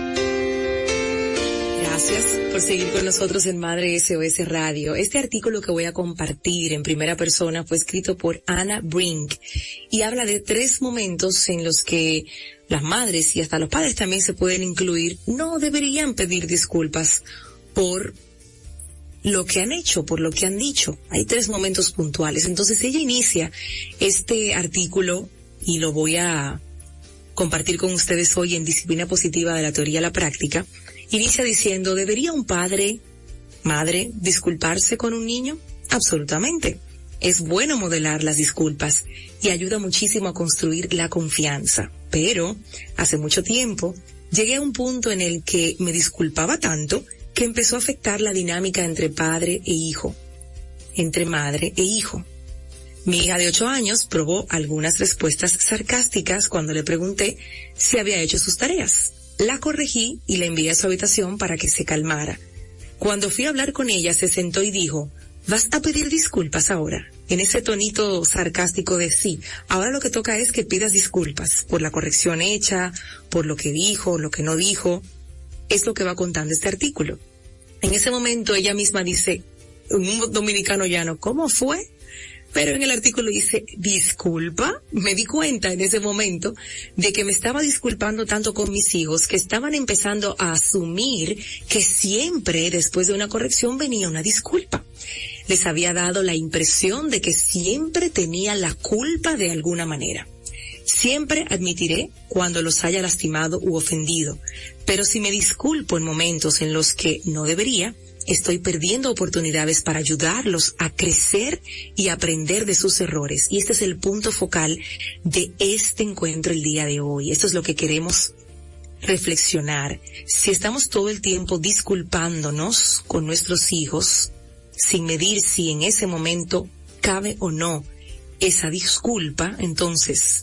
Gracias por seguir con nosotros en Madre SOS Radio. Este artículo que voy a compartir en primera persona fue escrito por Anna Brink y habla de 3 momentos en los que las madres y hasta los padres también se pueden incluir, no deberían pedir disculpas por lo que han hecho, por lo que han dicho. Hay 3 momentos puntuales. Entonces ella inicia este artículo y lo voy a compartir con ustedes hoy en Disciplina Positiva de la Teoría a la Práctica. Inicia diciendo, ¿debería un padre, madre, disculparse con un niño? Absolutamente. Es bueno modelar las disculpas y ayuda muchísimo a construir la confianza. Pero, hace mucho tiempo, llegué a un punto en el que me disculpaba tanto que empezó a afectar la dinámica entre padre e hijo, entre madre e hijo. Mi hija de 8 años probó algunas respuestas sarcásticas cuando le pregunté si había hecho sus tareas. La corregí y la envié a su habitación para que se calmara. Cuando fui a hablar con ella, se sentó y dijo, ¿vas a pedir disculpas ahora? En ese tonito sarcástico de sí. Ahora lo que toca es que pidas disculpas por la corrección hecha, por lo que dijo, lo que no dijo. Es lo que va contando este artículo. En ese momento ella misma dice, un dominicano llano, ¿cómo fue? Pero en el artículo dice, disculpa, me di cuenta en ese momento de que me estaba disculpando tanto con mis hijos que estaban empezando a asumir que siempre después de una corrección venía una disculpa. Les había dado la impresión de que siempre tenía la culpa de alguna manera. Siempre admitiré cuando los haya lastimado u ofendido, pero si me disculpo en momentos en los que no debería, estoy perdiendo oportunidades para ayudarlos a crecer y aprender de sus errores. Y este es el punto focal de este encuentro el día de hoy. Esto es lo que queremos reflexionar. Si estamos todo el tiempo disculpándonos con nuestros hijos, sin medir si en ese momento cabe o no esa disculpa, entonces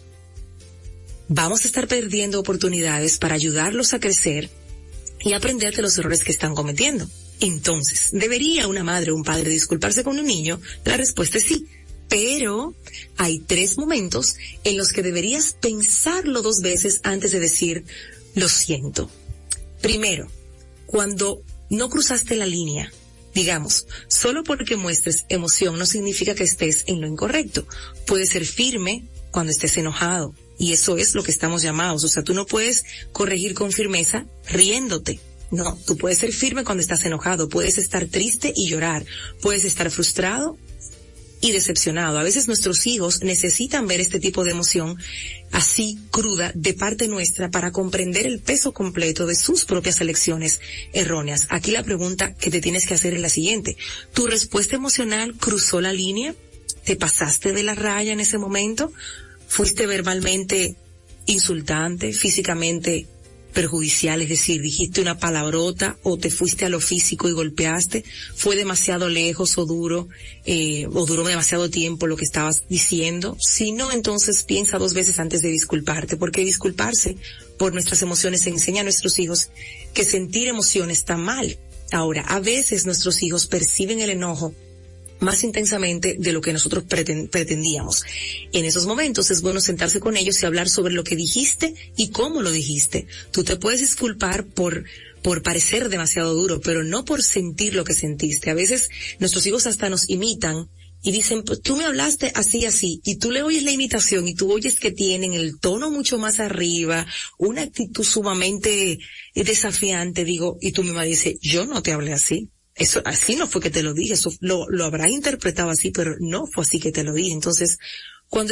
vamos a estar perdiendo oportunidades para ayudarlos a crecer y aprender de los errores que están cometiendo. Entonces, ¿debería una madre o un padre disculparse con un niño? La respuesta es sí, pero hay 3 momentos en los que deberías pensarlo 2 veces antes de decir, lo siento. Primero, cuando no cruzaste la línea, digamos, solo porque muestres emoción no significa que estés en lo incorrecto. Puedes ser firme cuando estés enojado, y eso es lo que estamos llamados. O sea, tú no puedes corregir con firmeza riéndote. No, tú puedes ser firme cuando estás enojado, puedes estar triste y llorar, puedes estar frustrado y decepcionado. A veces nuestros hijos necesitan ver este tipo de emoción así cruda de parte nuestra para comprender el peso completo de sus propias elecciones erróneas. Aquí la pregunta que te tienes que hacer es la siguiente. ¿Tu respuesta emocional cruzó la línea? ¿Te pasaste de la raya en ese momento? ¿Fuiste verbalmente insultante, físicamente perjudicial, es decir, dijiste una palabrota o te fuiste a lo físico y golpeaste? ¿Fue demasiado lejos o duró demasiado tiempo lo que estabas diciendo? Si no, entonces piensa 2 veces antes de disculparte, porque disculparse por nuestras emociones enseña a nuestros hijos que sentir emoción está mal. Ahora, a veces nuestros hijos perciben el enojo más intensamente de lo que nosotros pretendíamos. En esos momentos es bueno sentarse con ellos y hablar sobre lo que dijiste y cómo lo dijiste. Tú te puedes disculpar por parecer demasiado duro, pero no por sentir lo que sentiste. A veces nuestros hijos hasta nos imitan y dicen, pues tú me hablaste así, y tú le oyes la imitación y tú oyes que tienen el tono mucho más arriba, una actitud sumamente desafiante, y tú misma dices, yo no te hablé así. Eso, así no fue que te lo dije, eso lo habrás interpretado así, pero no fue así que te lo dije. Entonces, cuando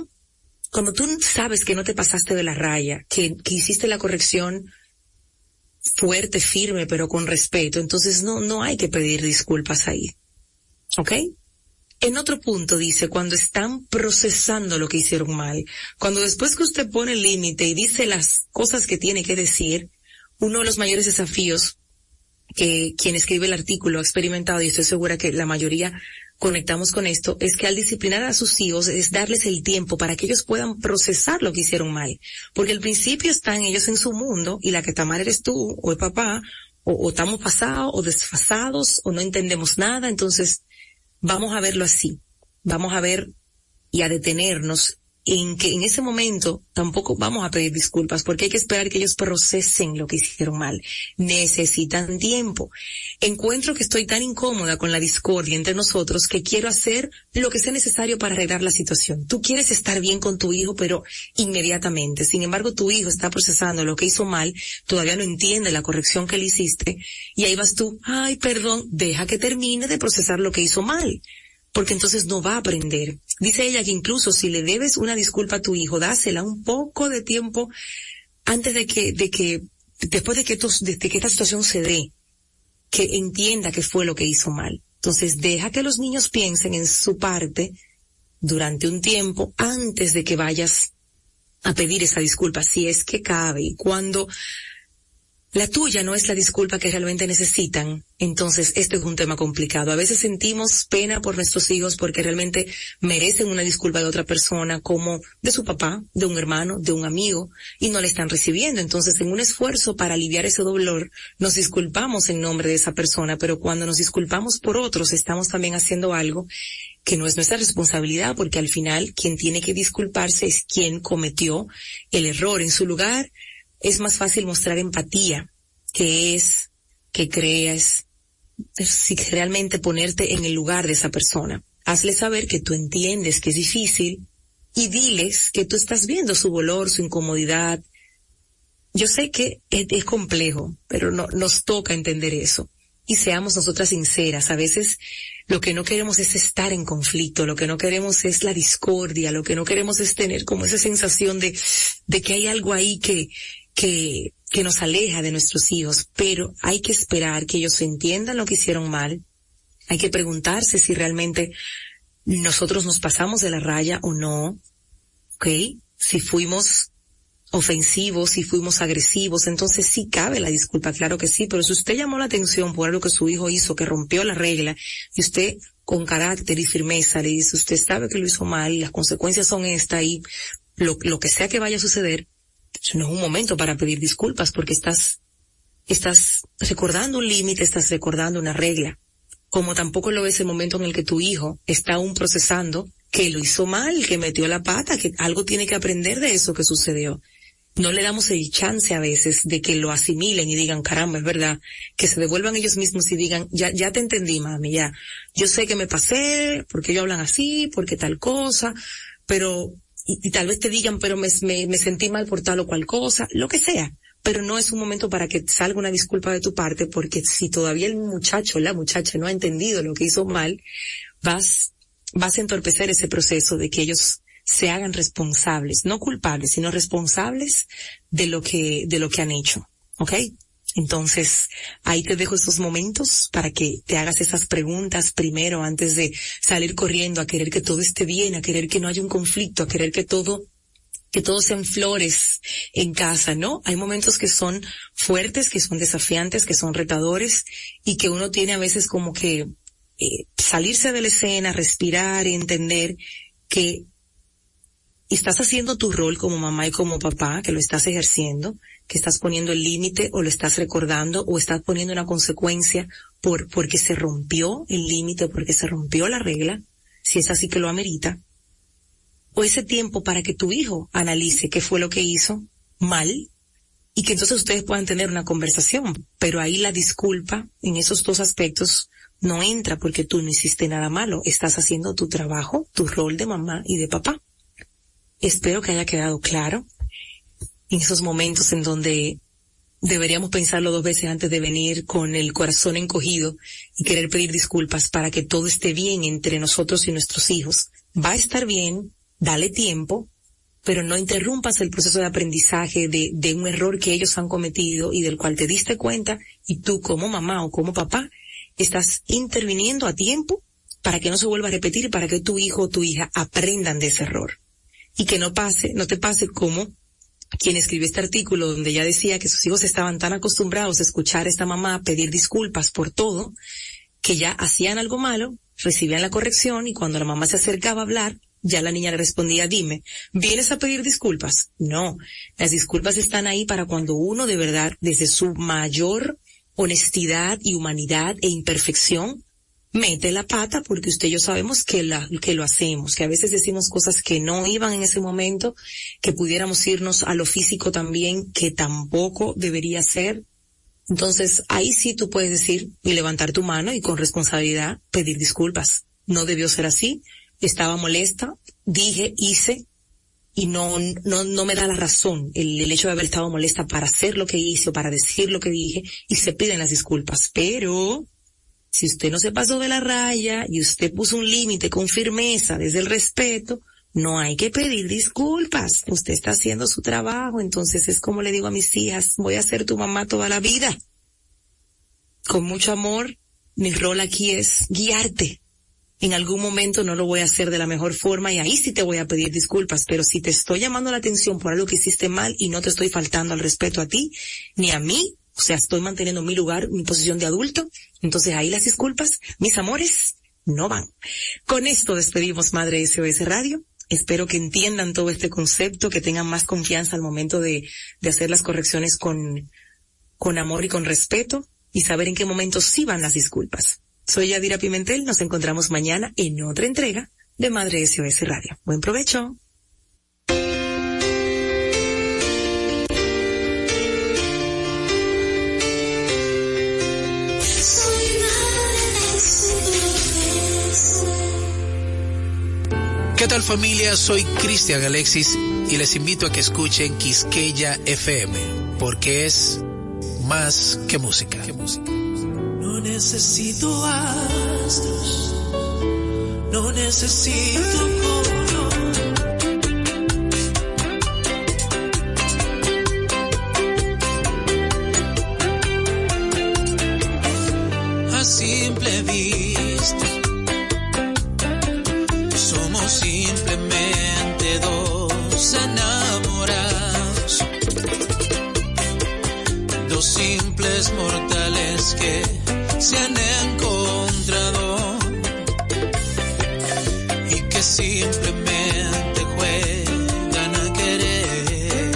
tú sabes que no te pasaste de la raya, que hiciste la corrección fuerte, firme, pero con respeto, entonces no hay que pedir disculpas ahí. ¿Ok? En otro punto dice, cuando están procesando lo que hicieron mal, cuando después que usted pone el límite y dice las cosas que tiene que decir, uno de los mayores desafíos que quien escribe el artículo ha experimentado, y estoy segura que la mayoría conectamos con esto, es que al disciplinar a sus hijos es darles el tiempo para que ellos puedan procesar lo que hicieron mal. Porque al principio están ellos en su mundo y la que está mal eres tú o el papá o estamos pasados o desfasados o no entendemos nada. Entonces vamos a verlo así, vamos a ver y a detenernos en que en ese momento tampoco vamos a pedir disculpas, porque hay que esperar que ellos procesen lo que hicieron mal. Necesitan tiempo. Encuentro que estoy tan incómoda con la discordia entre nosotros que quiero hacer lo que sea necesario para arreglar la situación. Tú quieres estar bien con tu hijo, pero inmediatamente. Sin embargo, tu hijo está procesando lo que hizo mal, todavía no entiende la corrección que le hiciste, y ahí vas tú, ay, perdón, deja que termine de procesar lo que hizo mal, porque entonces no va a aprender. Dice ella que incluso si le debes una disculpa a tu hijo, dásela un poco de tiempo antes después de que esta situación se dé, que entienda qué fue lo que hizo mal. Entonces deja que los niños piensen en su parte durante un tiempo antes de que vayas a pedir esa disculpa, si es que cabe. Y cuando la tuya no es la disculpa que realmente necesitan, entonces este es un tema complicado. A veces sentimos pena por nuestros hijos porque realmente merecen una disculpa de otra persona, como de su papá, de un hermano, de un amigo, y no la están recibiendo. Entonces, en un esfuerzo para aliviar ese dolor, nos disculpamos en nombre de esa persona, pero cuando nos disculpamos por otros, estamos también haciendo algo que no es nuestra responsabilidad, porque al final quien tiene que disculparse es quien cometió el error. En su lugar, es más fácil mostrar empatía, que creas, si realmente ponerte en el lugar de esa persona. Hazle saber que tú entiendes que es difícil y diles que tú estás viendo su dolor, su incomodidad. Yo sé que es complejo, pero no, nos toca entender eso. Y seamos nosotras sinceras. A veces lo que no queremos es estar en conflicto, lo que no queremos es la discordia, lo que no queremos es tener como esa sensación de que hay algo ahí que nos aleja de nuestros hijos, pero hay que esperar que ellos entiendan lo que hicieron mal. Hay que preguntarse si realmente nosotros nos pasamos de la raya o no, ¿ok? Si fuimos ofensivos, si fuimos agresivos, entonces sí cabe la disculpa, claro que sí, pero si usted llamó la atención por algo que su hijo hizo, que rompió la regla, y usted con carácter y firmeza le dice, usted sabe que lo hizo mal y las consecuencias son estas y lo que sea que vaya a suceder, eso no es un momento para pedir disculpas, porque estás recordando un límite, estás recordando una regla. Como tampoco lo es el momento en el que tu hijo está aún procesando que lo hizo mal, que metió la pata, que algo tiene que aprender de eso que sucedió. No le damos el chance a veces de que lo asimilen y digan, caramba, es verdad, que se devuelvan ellos mismos y digan, ya te entendí, mami, ya. Yo sé que me pasé, porque ellos hablan así, porque tal cosa, pero y tal vez te digan, pero me sentí mal por tal o cual cosa, lo que sea, pero no es un momento para que salga una disculpa de tu parte, porque si todavía el muchacho, la muchacha no ha entendido lo que hizo mal, vas a entorpecer ese proceso de que ellos se hagan responsables, no culpables, sino responsables de lo que han hecho, ¿ok? Entonces, ahí te dejo estos momentos para que te hagas esas preguntas primero antes de salir corriendo a querer que todo esté bien, a querer que no haya un conflicto, a querer que todo sean flores en casa, ¿no? Hay momentos que son fuertes, que son desafiantes, que son retadores y que uno tiene a veces como que salirse de la escena, respirar y entender que estás haciendo tu rol como mamá y como papá, que lo estás ejerciendo, que estás poniendo el límite o lo estás recordando o estás poniendo una consecuencia porque se rompió el límite, porque se rompió la regla, si es así que lo amerita, o ese tiempo para que tu hijo analice qué fue lo que hizo mal y que entonces ustedes puedan tener una conversación, pero ahí la disculpa en esos dos aspectos no entra porque tú no hiciste nada malo, estás haciendo tu trabajo, tu rol de mamá y de papá. Espero que haya quedado claro en esos momentos en donde deberíamos pensarlo 2 veces antes de venir con el corazón encogido y querer pedir disculpas para que todo esté bien entre nosotros y nuestros hijos. Va a estar bien, dale tiempo, pero no interrumpas el proceso de aprendizaje de un error que ellos han cometido y del cual te diste cuenta y tú como mamá o como papá estás interviniendo a tiempo para que no se vuelva a repetir, para que tu hijo o tu hija aprendan de ese error. Y que no te pase como quien escribió este artículo donde ella decía que sus hijos estaban tan acostumbrados a escuchar a esta mamá pedir disculpas por todo, que ya hacían algo malo, recibían la corrección y cuando la mamá se acercaba a hablar, ya la niña le respondía, dime, ¿vienes a pedir disculpas? No, las disculpas están ahí para cuando uno de verdad, desde su mayor honestidad y humanidad e imperfección, mete la pata, porque usted y yo sabemos que lo hacemos, que a veces decimos cosas que no iban en ese momento, que pudiéramos irnos a lo físico también, que tampoco debería ser. Entonces, ahí sí tú puedes decir y levantar tu mano y con responsabilidad pedir disculpas. No debió ser así, estaba molesta, dije, hice, y no me da la razón el hecho de haber estado molesta para hacer lo que hice o para decir lo que dije, y se piden las disculpas. Pero si usted no se pasó de la raya y usted puso un límite con firmeza desde el respeto, no hay que pedir disculpas. Usted está haciendo su trabajo. Entonces es como le digo a mis hijas, voy a ser tu mamá toda la vida. Con mucho amor, mi rol aquí es guiarte. En algún momento no lo voy a hacer de la mejor forma y ahí sí te voy a pedir disculpas, pero si te estoy llamando la atención por algo que hiciste mal y no te estoy faltando al respeto a ti, ni a mí, o sea, estoy manteniendo mi lugar, mi posición de adulto, entonces ahí las disculpas, mis amores, no van. Con esto despedimos Madre SOS Radio. Espero que entiendan todo este concepto, que tengan más confianza al momento de hacer las correcciones con amor y con respeto, y saber en qué momento sí van las disculpas. Soy Yadira Pimentel, nos encontramos mañana en otra entrega de Madre SOS Radio. Buen provecho. ¿Qué tal, familia? Soy Cristian Alexis y les invito a que escuchen Quisqueya FM, porque es más que música. No necesito astros, no necesito color. A simple vista somos simplemente dos enamorados, dos simples mortales que se han encontrado y que simplemente juegan a querer.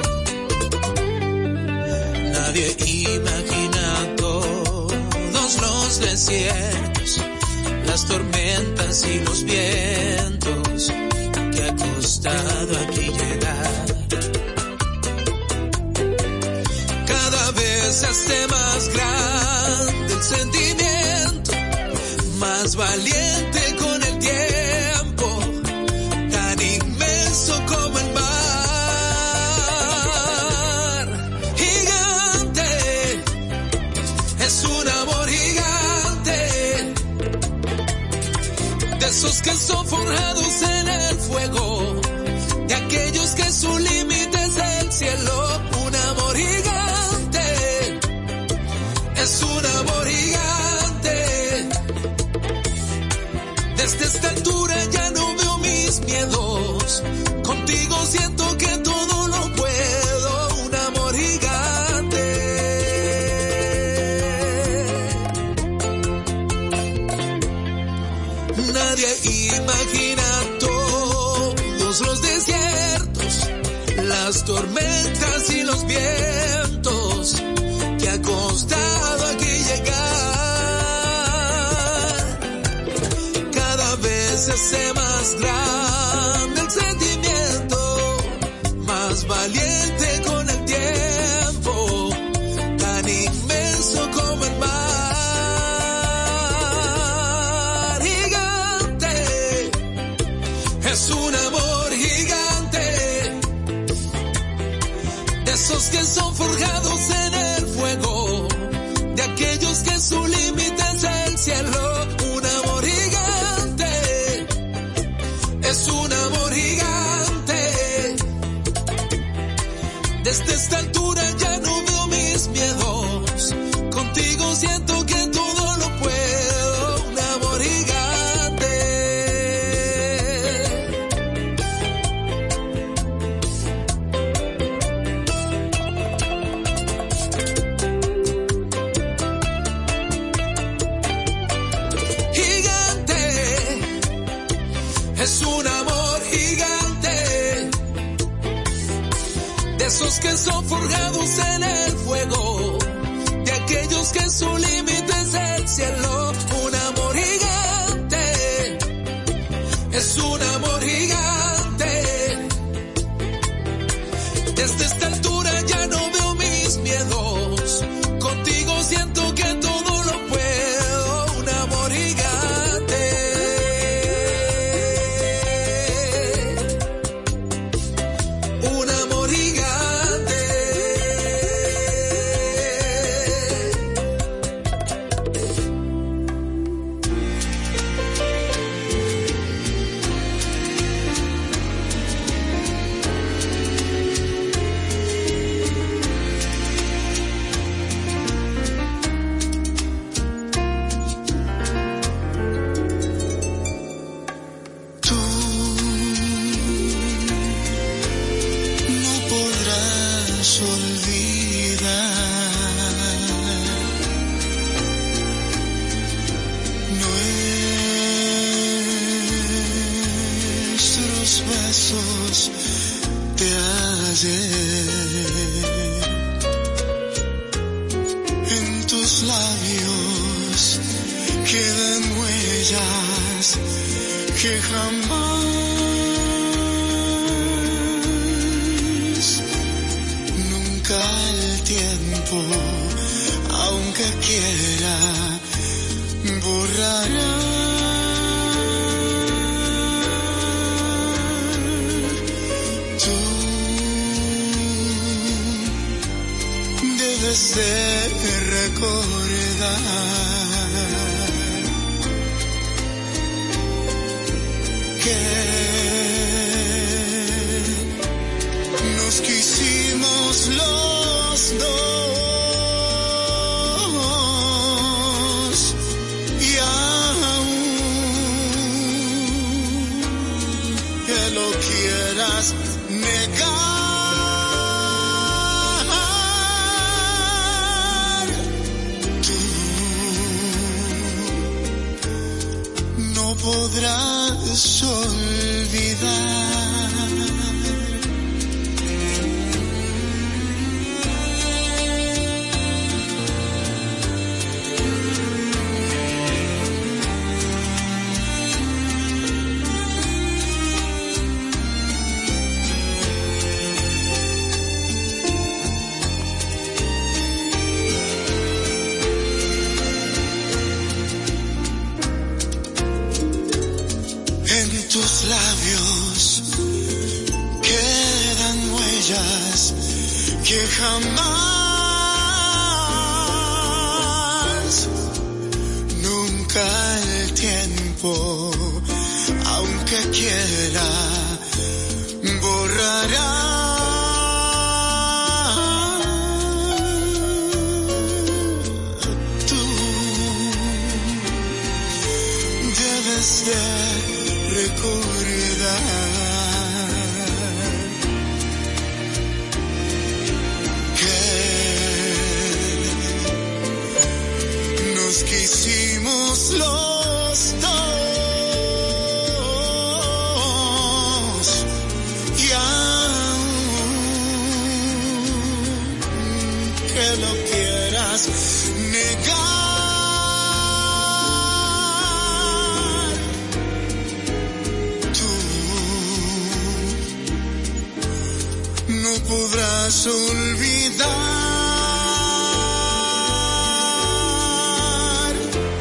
Nadie imagina todos los desiertos, las tormentas y los vientos que ha costado aquí llegar. Cada vez se hace más grande el sentimiento, más valiente con el tiempo, tan inmenso como el mar. Gigante, es un amor gigante, de esos que son forjados en el fuego, de aquellos que su límite es el cielo. Un amor gigante, es un amor gigante. Desde esta altura ya no veo mis miedos, contigo siento que todo lo puedo. Un amor gigante. Nadie imagina todos los desiertos, las tormentas y los vientos que ha costado aquí llegar. Cada vez se hace más grande el sentimiento, más valiente con el tiempo, tan inmenso como el mar. Gigante, es un amor gigante, de esos que son forjados en el fuego, de aquellos que su límite es el cielo. Un amor gigante, es un amor gigante. Desde esta altura ya no veo mis miedos, contigo siento que todo lo puedo. Un amor gigante. Es un amor gigante, de esos que son forjados en el fuego, de aquellos aquellos que su límite es el cielo. Un amor gigante, es un amor gigante. Desde esta altura ya no veo mis miedos, contigo siento que todo lo puedo. Un amor gigante, un amor gigante. En tus labios quedan huellas que jamás, nunca el tiempo, aunque quiera, borrará. Debes de recordar que nos quisimos los dos y aún que lo quieras negar. Podrás olvidar tus labios quedan huellas que jamás, nunca el tiempo, aunque quiera, borrará. Tú debes de recordar que nos quisimos los dos y aunque lo quieras negar, no podrás olvidar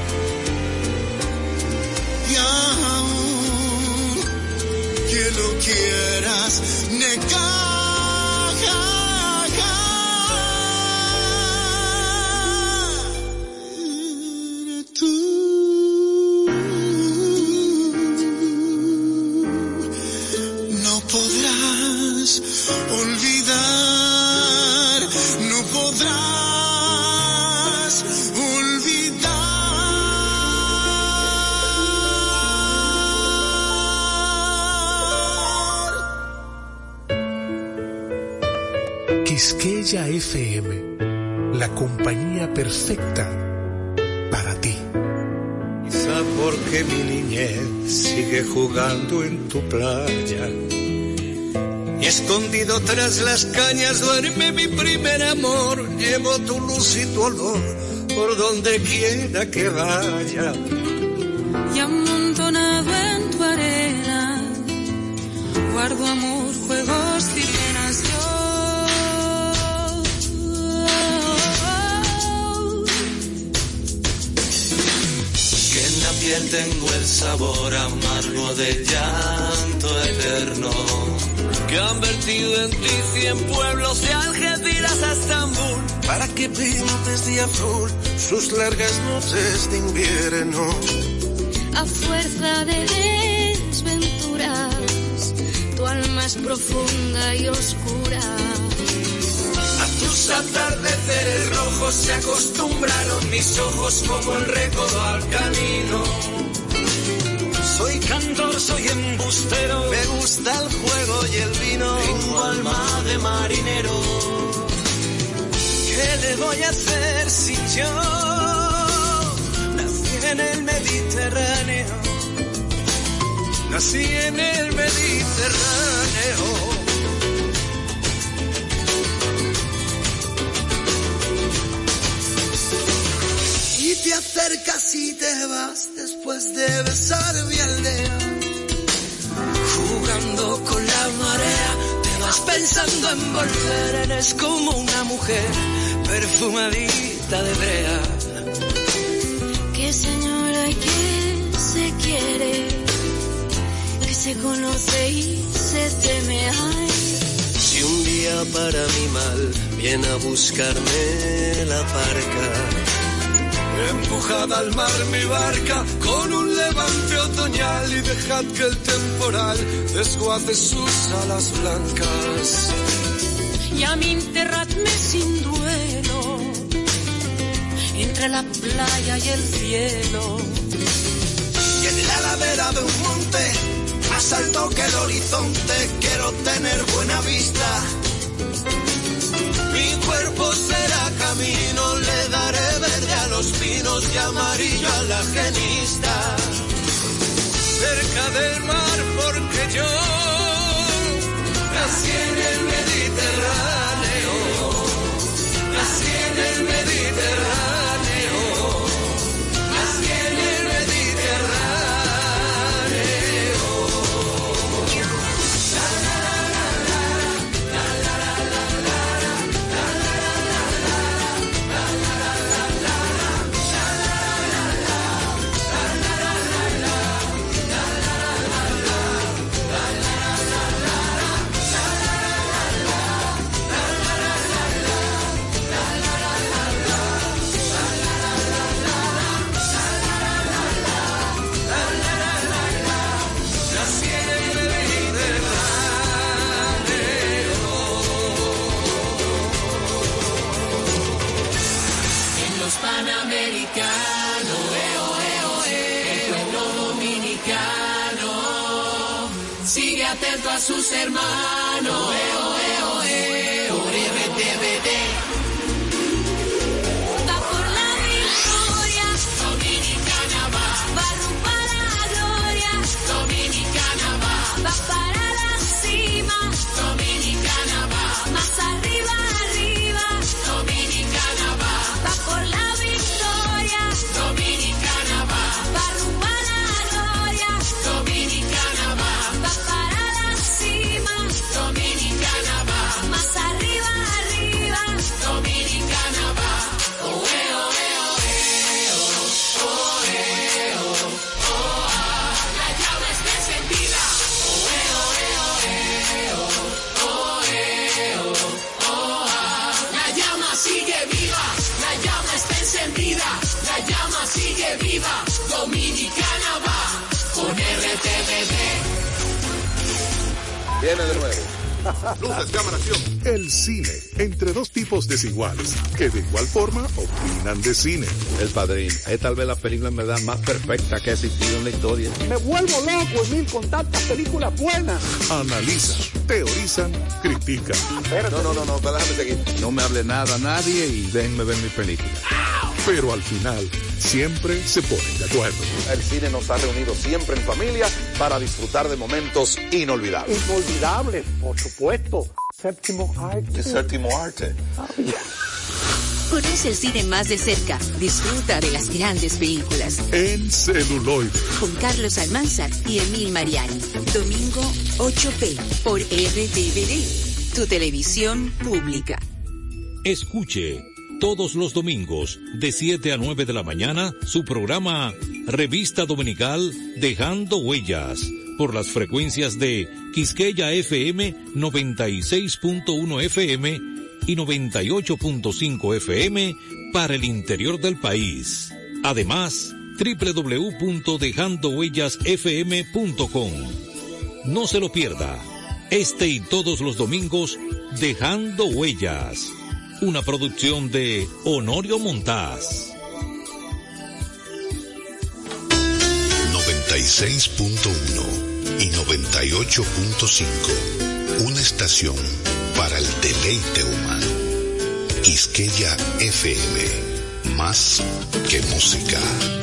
y aún que lo quieras negar, tú no podrás olvidar, no podrás olvidar. Quisqueya FM, la compañía perfecta para ti. Quizá porque mi niñez sigue jugando en tu playa y escondido tras las cañas duerme mi primer amor. Llevo tu luz y tu olor por donde quiera que vaya. Y amontonado en tu arena, guardo amor, juegos y penas yo. Que en la piel tengo el sabor amargo del llanto eterno. Que han vertido en ti 100 pueblos de Algeciras a Estambul. Para que pintes de azul sus largas noches de invierno. A fuerza de desventuras, tu alma es profunda y oscura. A tus atardeceres rojos se acostumbraron mis ojos como el recodo al camino. Soy cantor, soy embustero, me gusta el juego y el vino. Tengo alma de marinero. ¿Qué le voy a hacer si yo nací en el Mediterráneo? Nací en el Mediterráneo. Y te acercas y te vas después de besar mi aldea. Jugando con la marea, te vas pensando en volver. Eres como una mujer perfumadita de brea. Que señora y que se quiere, que se conoce y se teme. Ay. Si un día para mi mal viene a buscarme la parca, Empujad al mar mi barca con un levante otoñal y dejad que el temporal desguace sus alas blancas. Y a mí enterradme sin duelo entre la playa y el cielo. Y en la ladera de un monte, más alto que el horizonte, quiero tener buena vista. Mi cuerpo será camino, le daré verde a los pinos y amarillo a la genista. Cerca del mar porque yo nací en el Mediterráneo, nací en el Mediterráneo, nací en el Mediterráneo. Atento a sus hermanos, por RTVD. Va por la victoria, Dominicana va. va rumbo a la gloria, Dominicana va. va para la cima, Dominicana va. más arriba, arriba, Dominicana va. va por la victoria, Dominicana va. va rumbo a la gloria, Dominicana va. va para la cima, Dominicana va. más arriba, arriba, Dominicana va. Oe, oe, oe, oe, oe, oe, la llama está encendida. Oe, oe, oe, oe, oe, la llama sigue viva. La llama está encendida. La llama sigue viva. Dominicana va con RTVD. Viene de nuevo. Luces, cámara, acción. El cine, entre dos tipos desiguales, que de igual forma opinan de cine. El Padrino es tal vez la película en verdad más perfecta que ha existido en la historia. Me vuelvo loco, Emil, con tantas películas buenas. Analizan, teorizan, critican. No, déjame seguir. No me hable nada a nadie y déjenme ver mi película. Pero al final, siempre se ponen de acuerdo. El cine nos ha reunido siempre en familia para disfrutar de momentos inolvidables. Inolvidable, por supuesto. Séptimo arte. El séptimo arte. Conoce el cine más de cerca. Disfruta de las grandes películas. En celuloide. Con Carlos Almanzar y Emil Mariani. Domingo 8p por RTVD, tu televisión pública. Escuche todos los domingos de 7 a 9 de la mañana su programa Revista Dominical Dejando Huellas por las frecuencias de Quisqueya FM 96.1 FM y 98.5 FM para el interior del país. Además, www.dejandohuellasfm.com. No se lo pierda. Este y todos los domingos, Dejando Huellas. Una producción de Honorio Montaz. 96.1 y 98.5. Una estación para el deleite humano. Quisqueya FM. Más que música.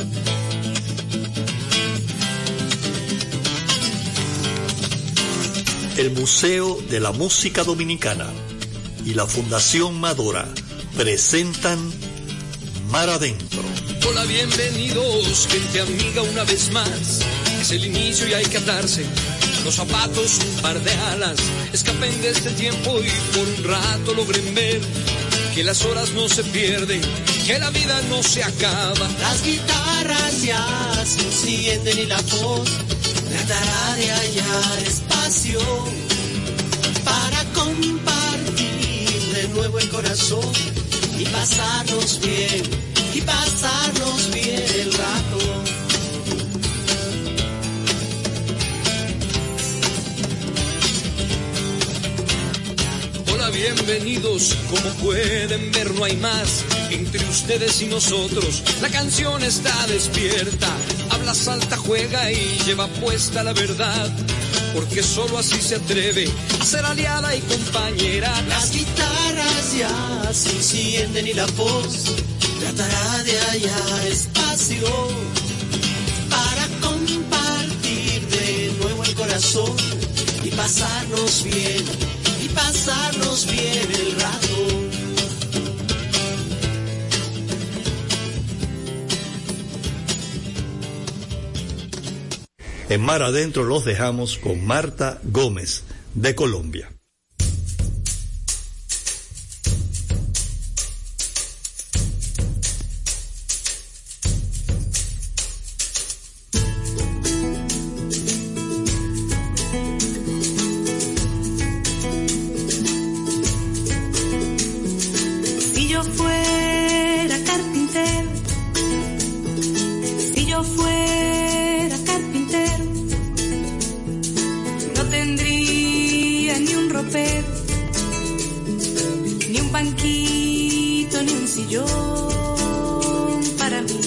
El Museo de la Música Dominicana y la Fundación Madora presentan Mar Adentro. Hola, bienvenidos, gente amiga, una vez más. Es el inicio y hay que atarse los zapatos, un par de alas. Escapen de este tiempo y por un rato logren ver que las horas no se pierden, que la vida no se acaba. Las guitarras ya se encienden y la voz tratará de hallar espacio para compartir de nuevo el corazón y pasarnos bien el rato. Hola, bienvenidos, como pueden ver no hay más entre ustedes y nosotros. La canción está despierta, habla, salta, juega y lleva puesta la verdad, porque solo así se atreve a ser aliada y compañera. Las guitarras ya se encienden y la voz tratará de hallar espacio para compartir de nuevo el corazón y pasarnos bien el rato. En Mar Adentro los dejamos con Marta Gómez, de Colombia. Si yo fuera carpintero, si yo fuera carpintero, no tendría ni un ropero, ni un banquito, ni un sillón para mí.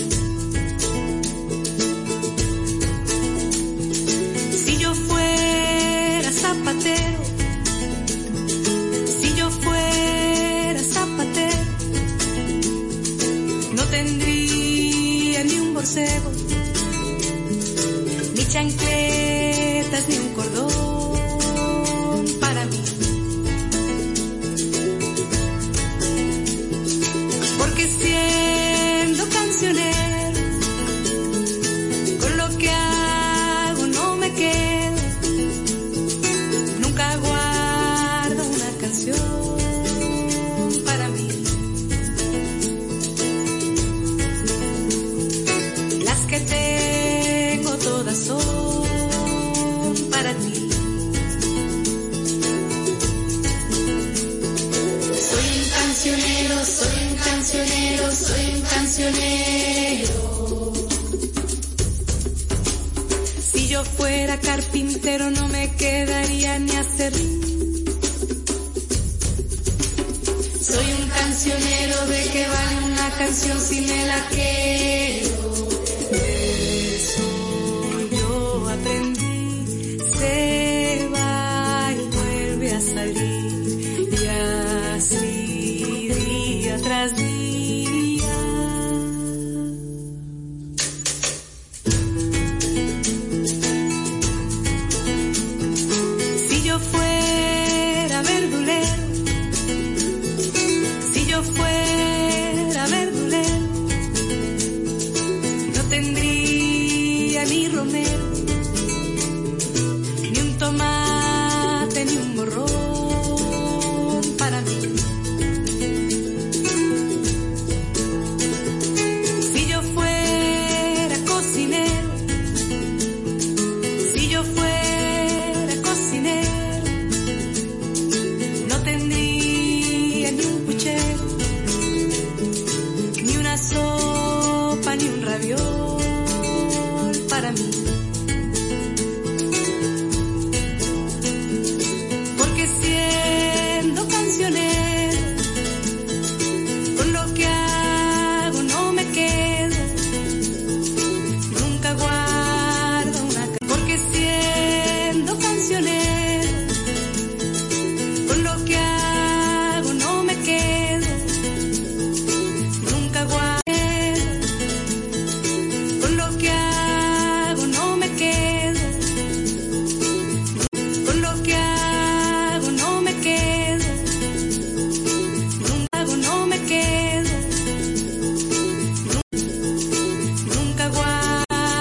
Si yo fuera zapatero, si yo fuera zapatero, no tendría ni un borcego, ni chancletas, ni un cordón para mí. Porque siendo cancionero, con lo que hago no me quedo, nunca guardo una canción para mí. Las que tengo todas son para ti. Soy un cancionero, soy un cancionero, soy un cancionero. Si yo fuera carpintero no me quedaría ni acerrín. Soy un cancionero, ¿de qué vale una canción si me la quedo? De eso yo aprendí, se va y vuelve a salir, y así día tras día. Si yo fuera verdulero, si yo fuera Romero.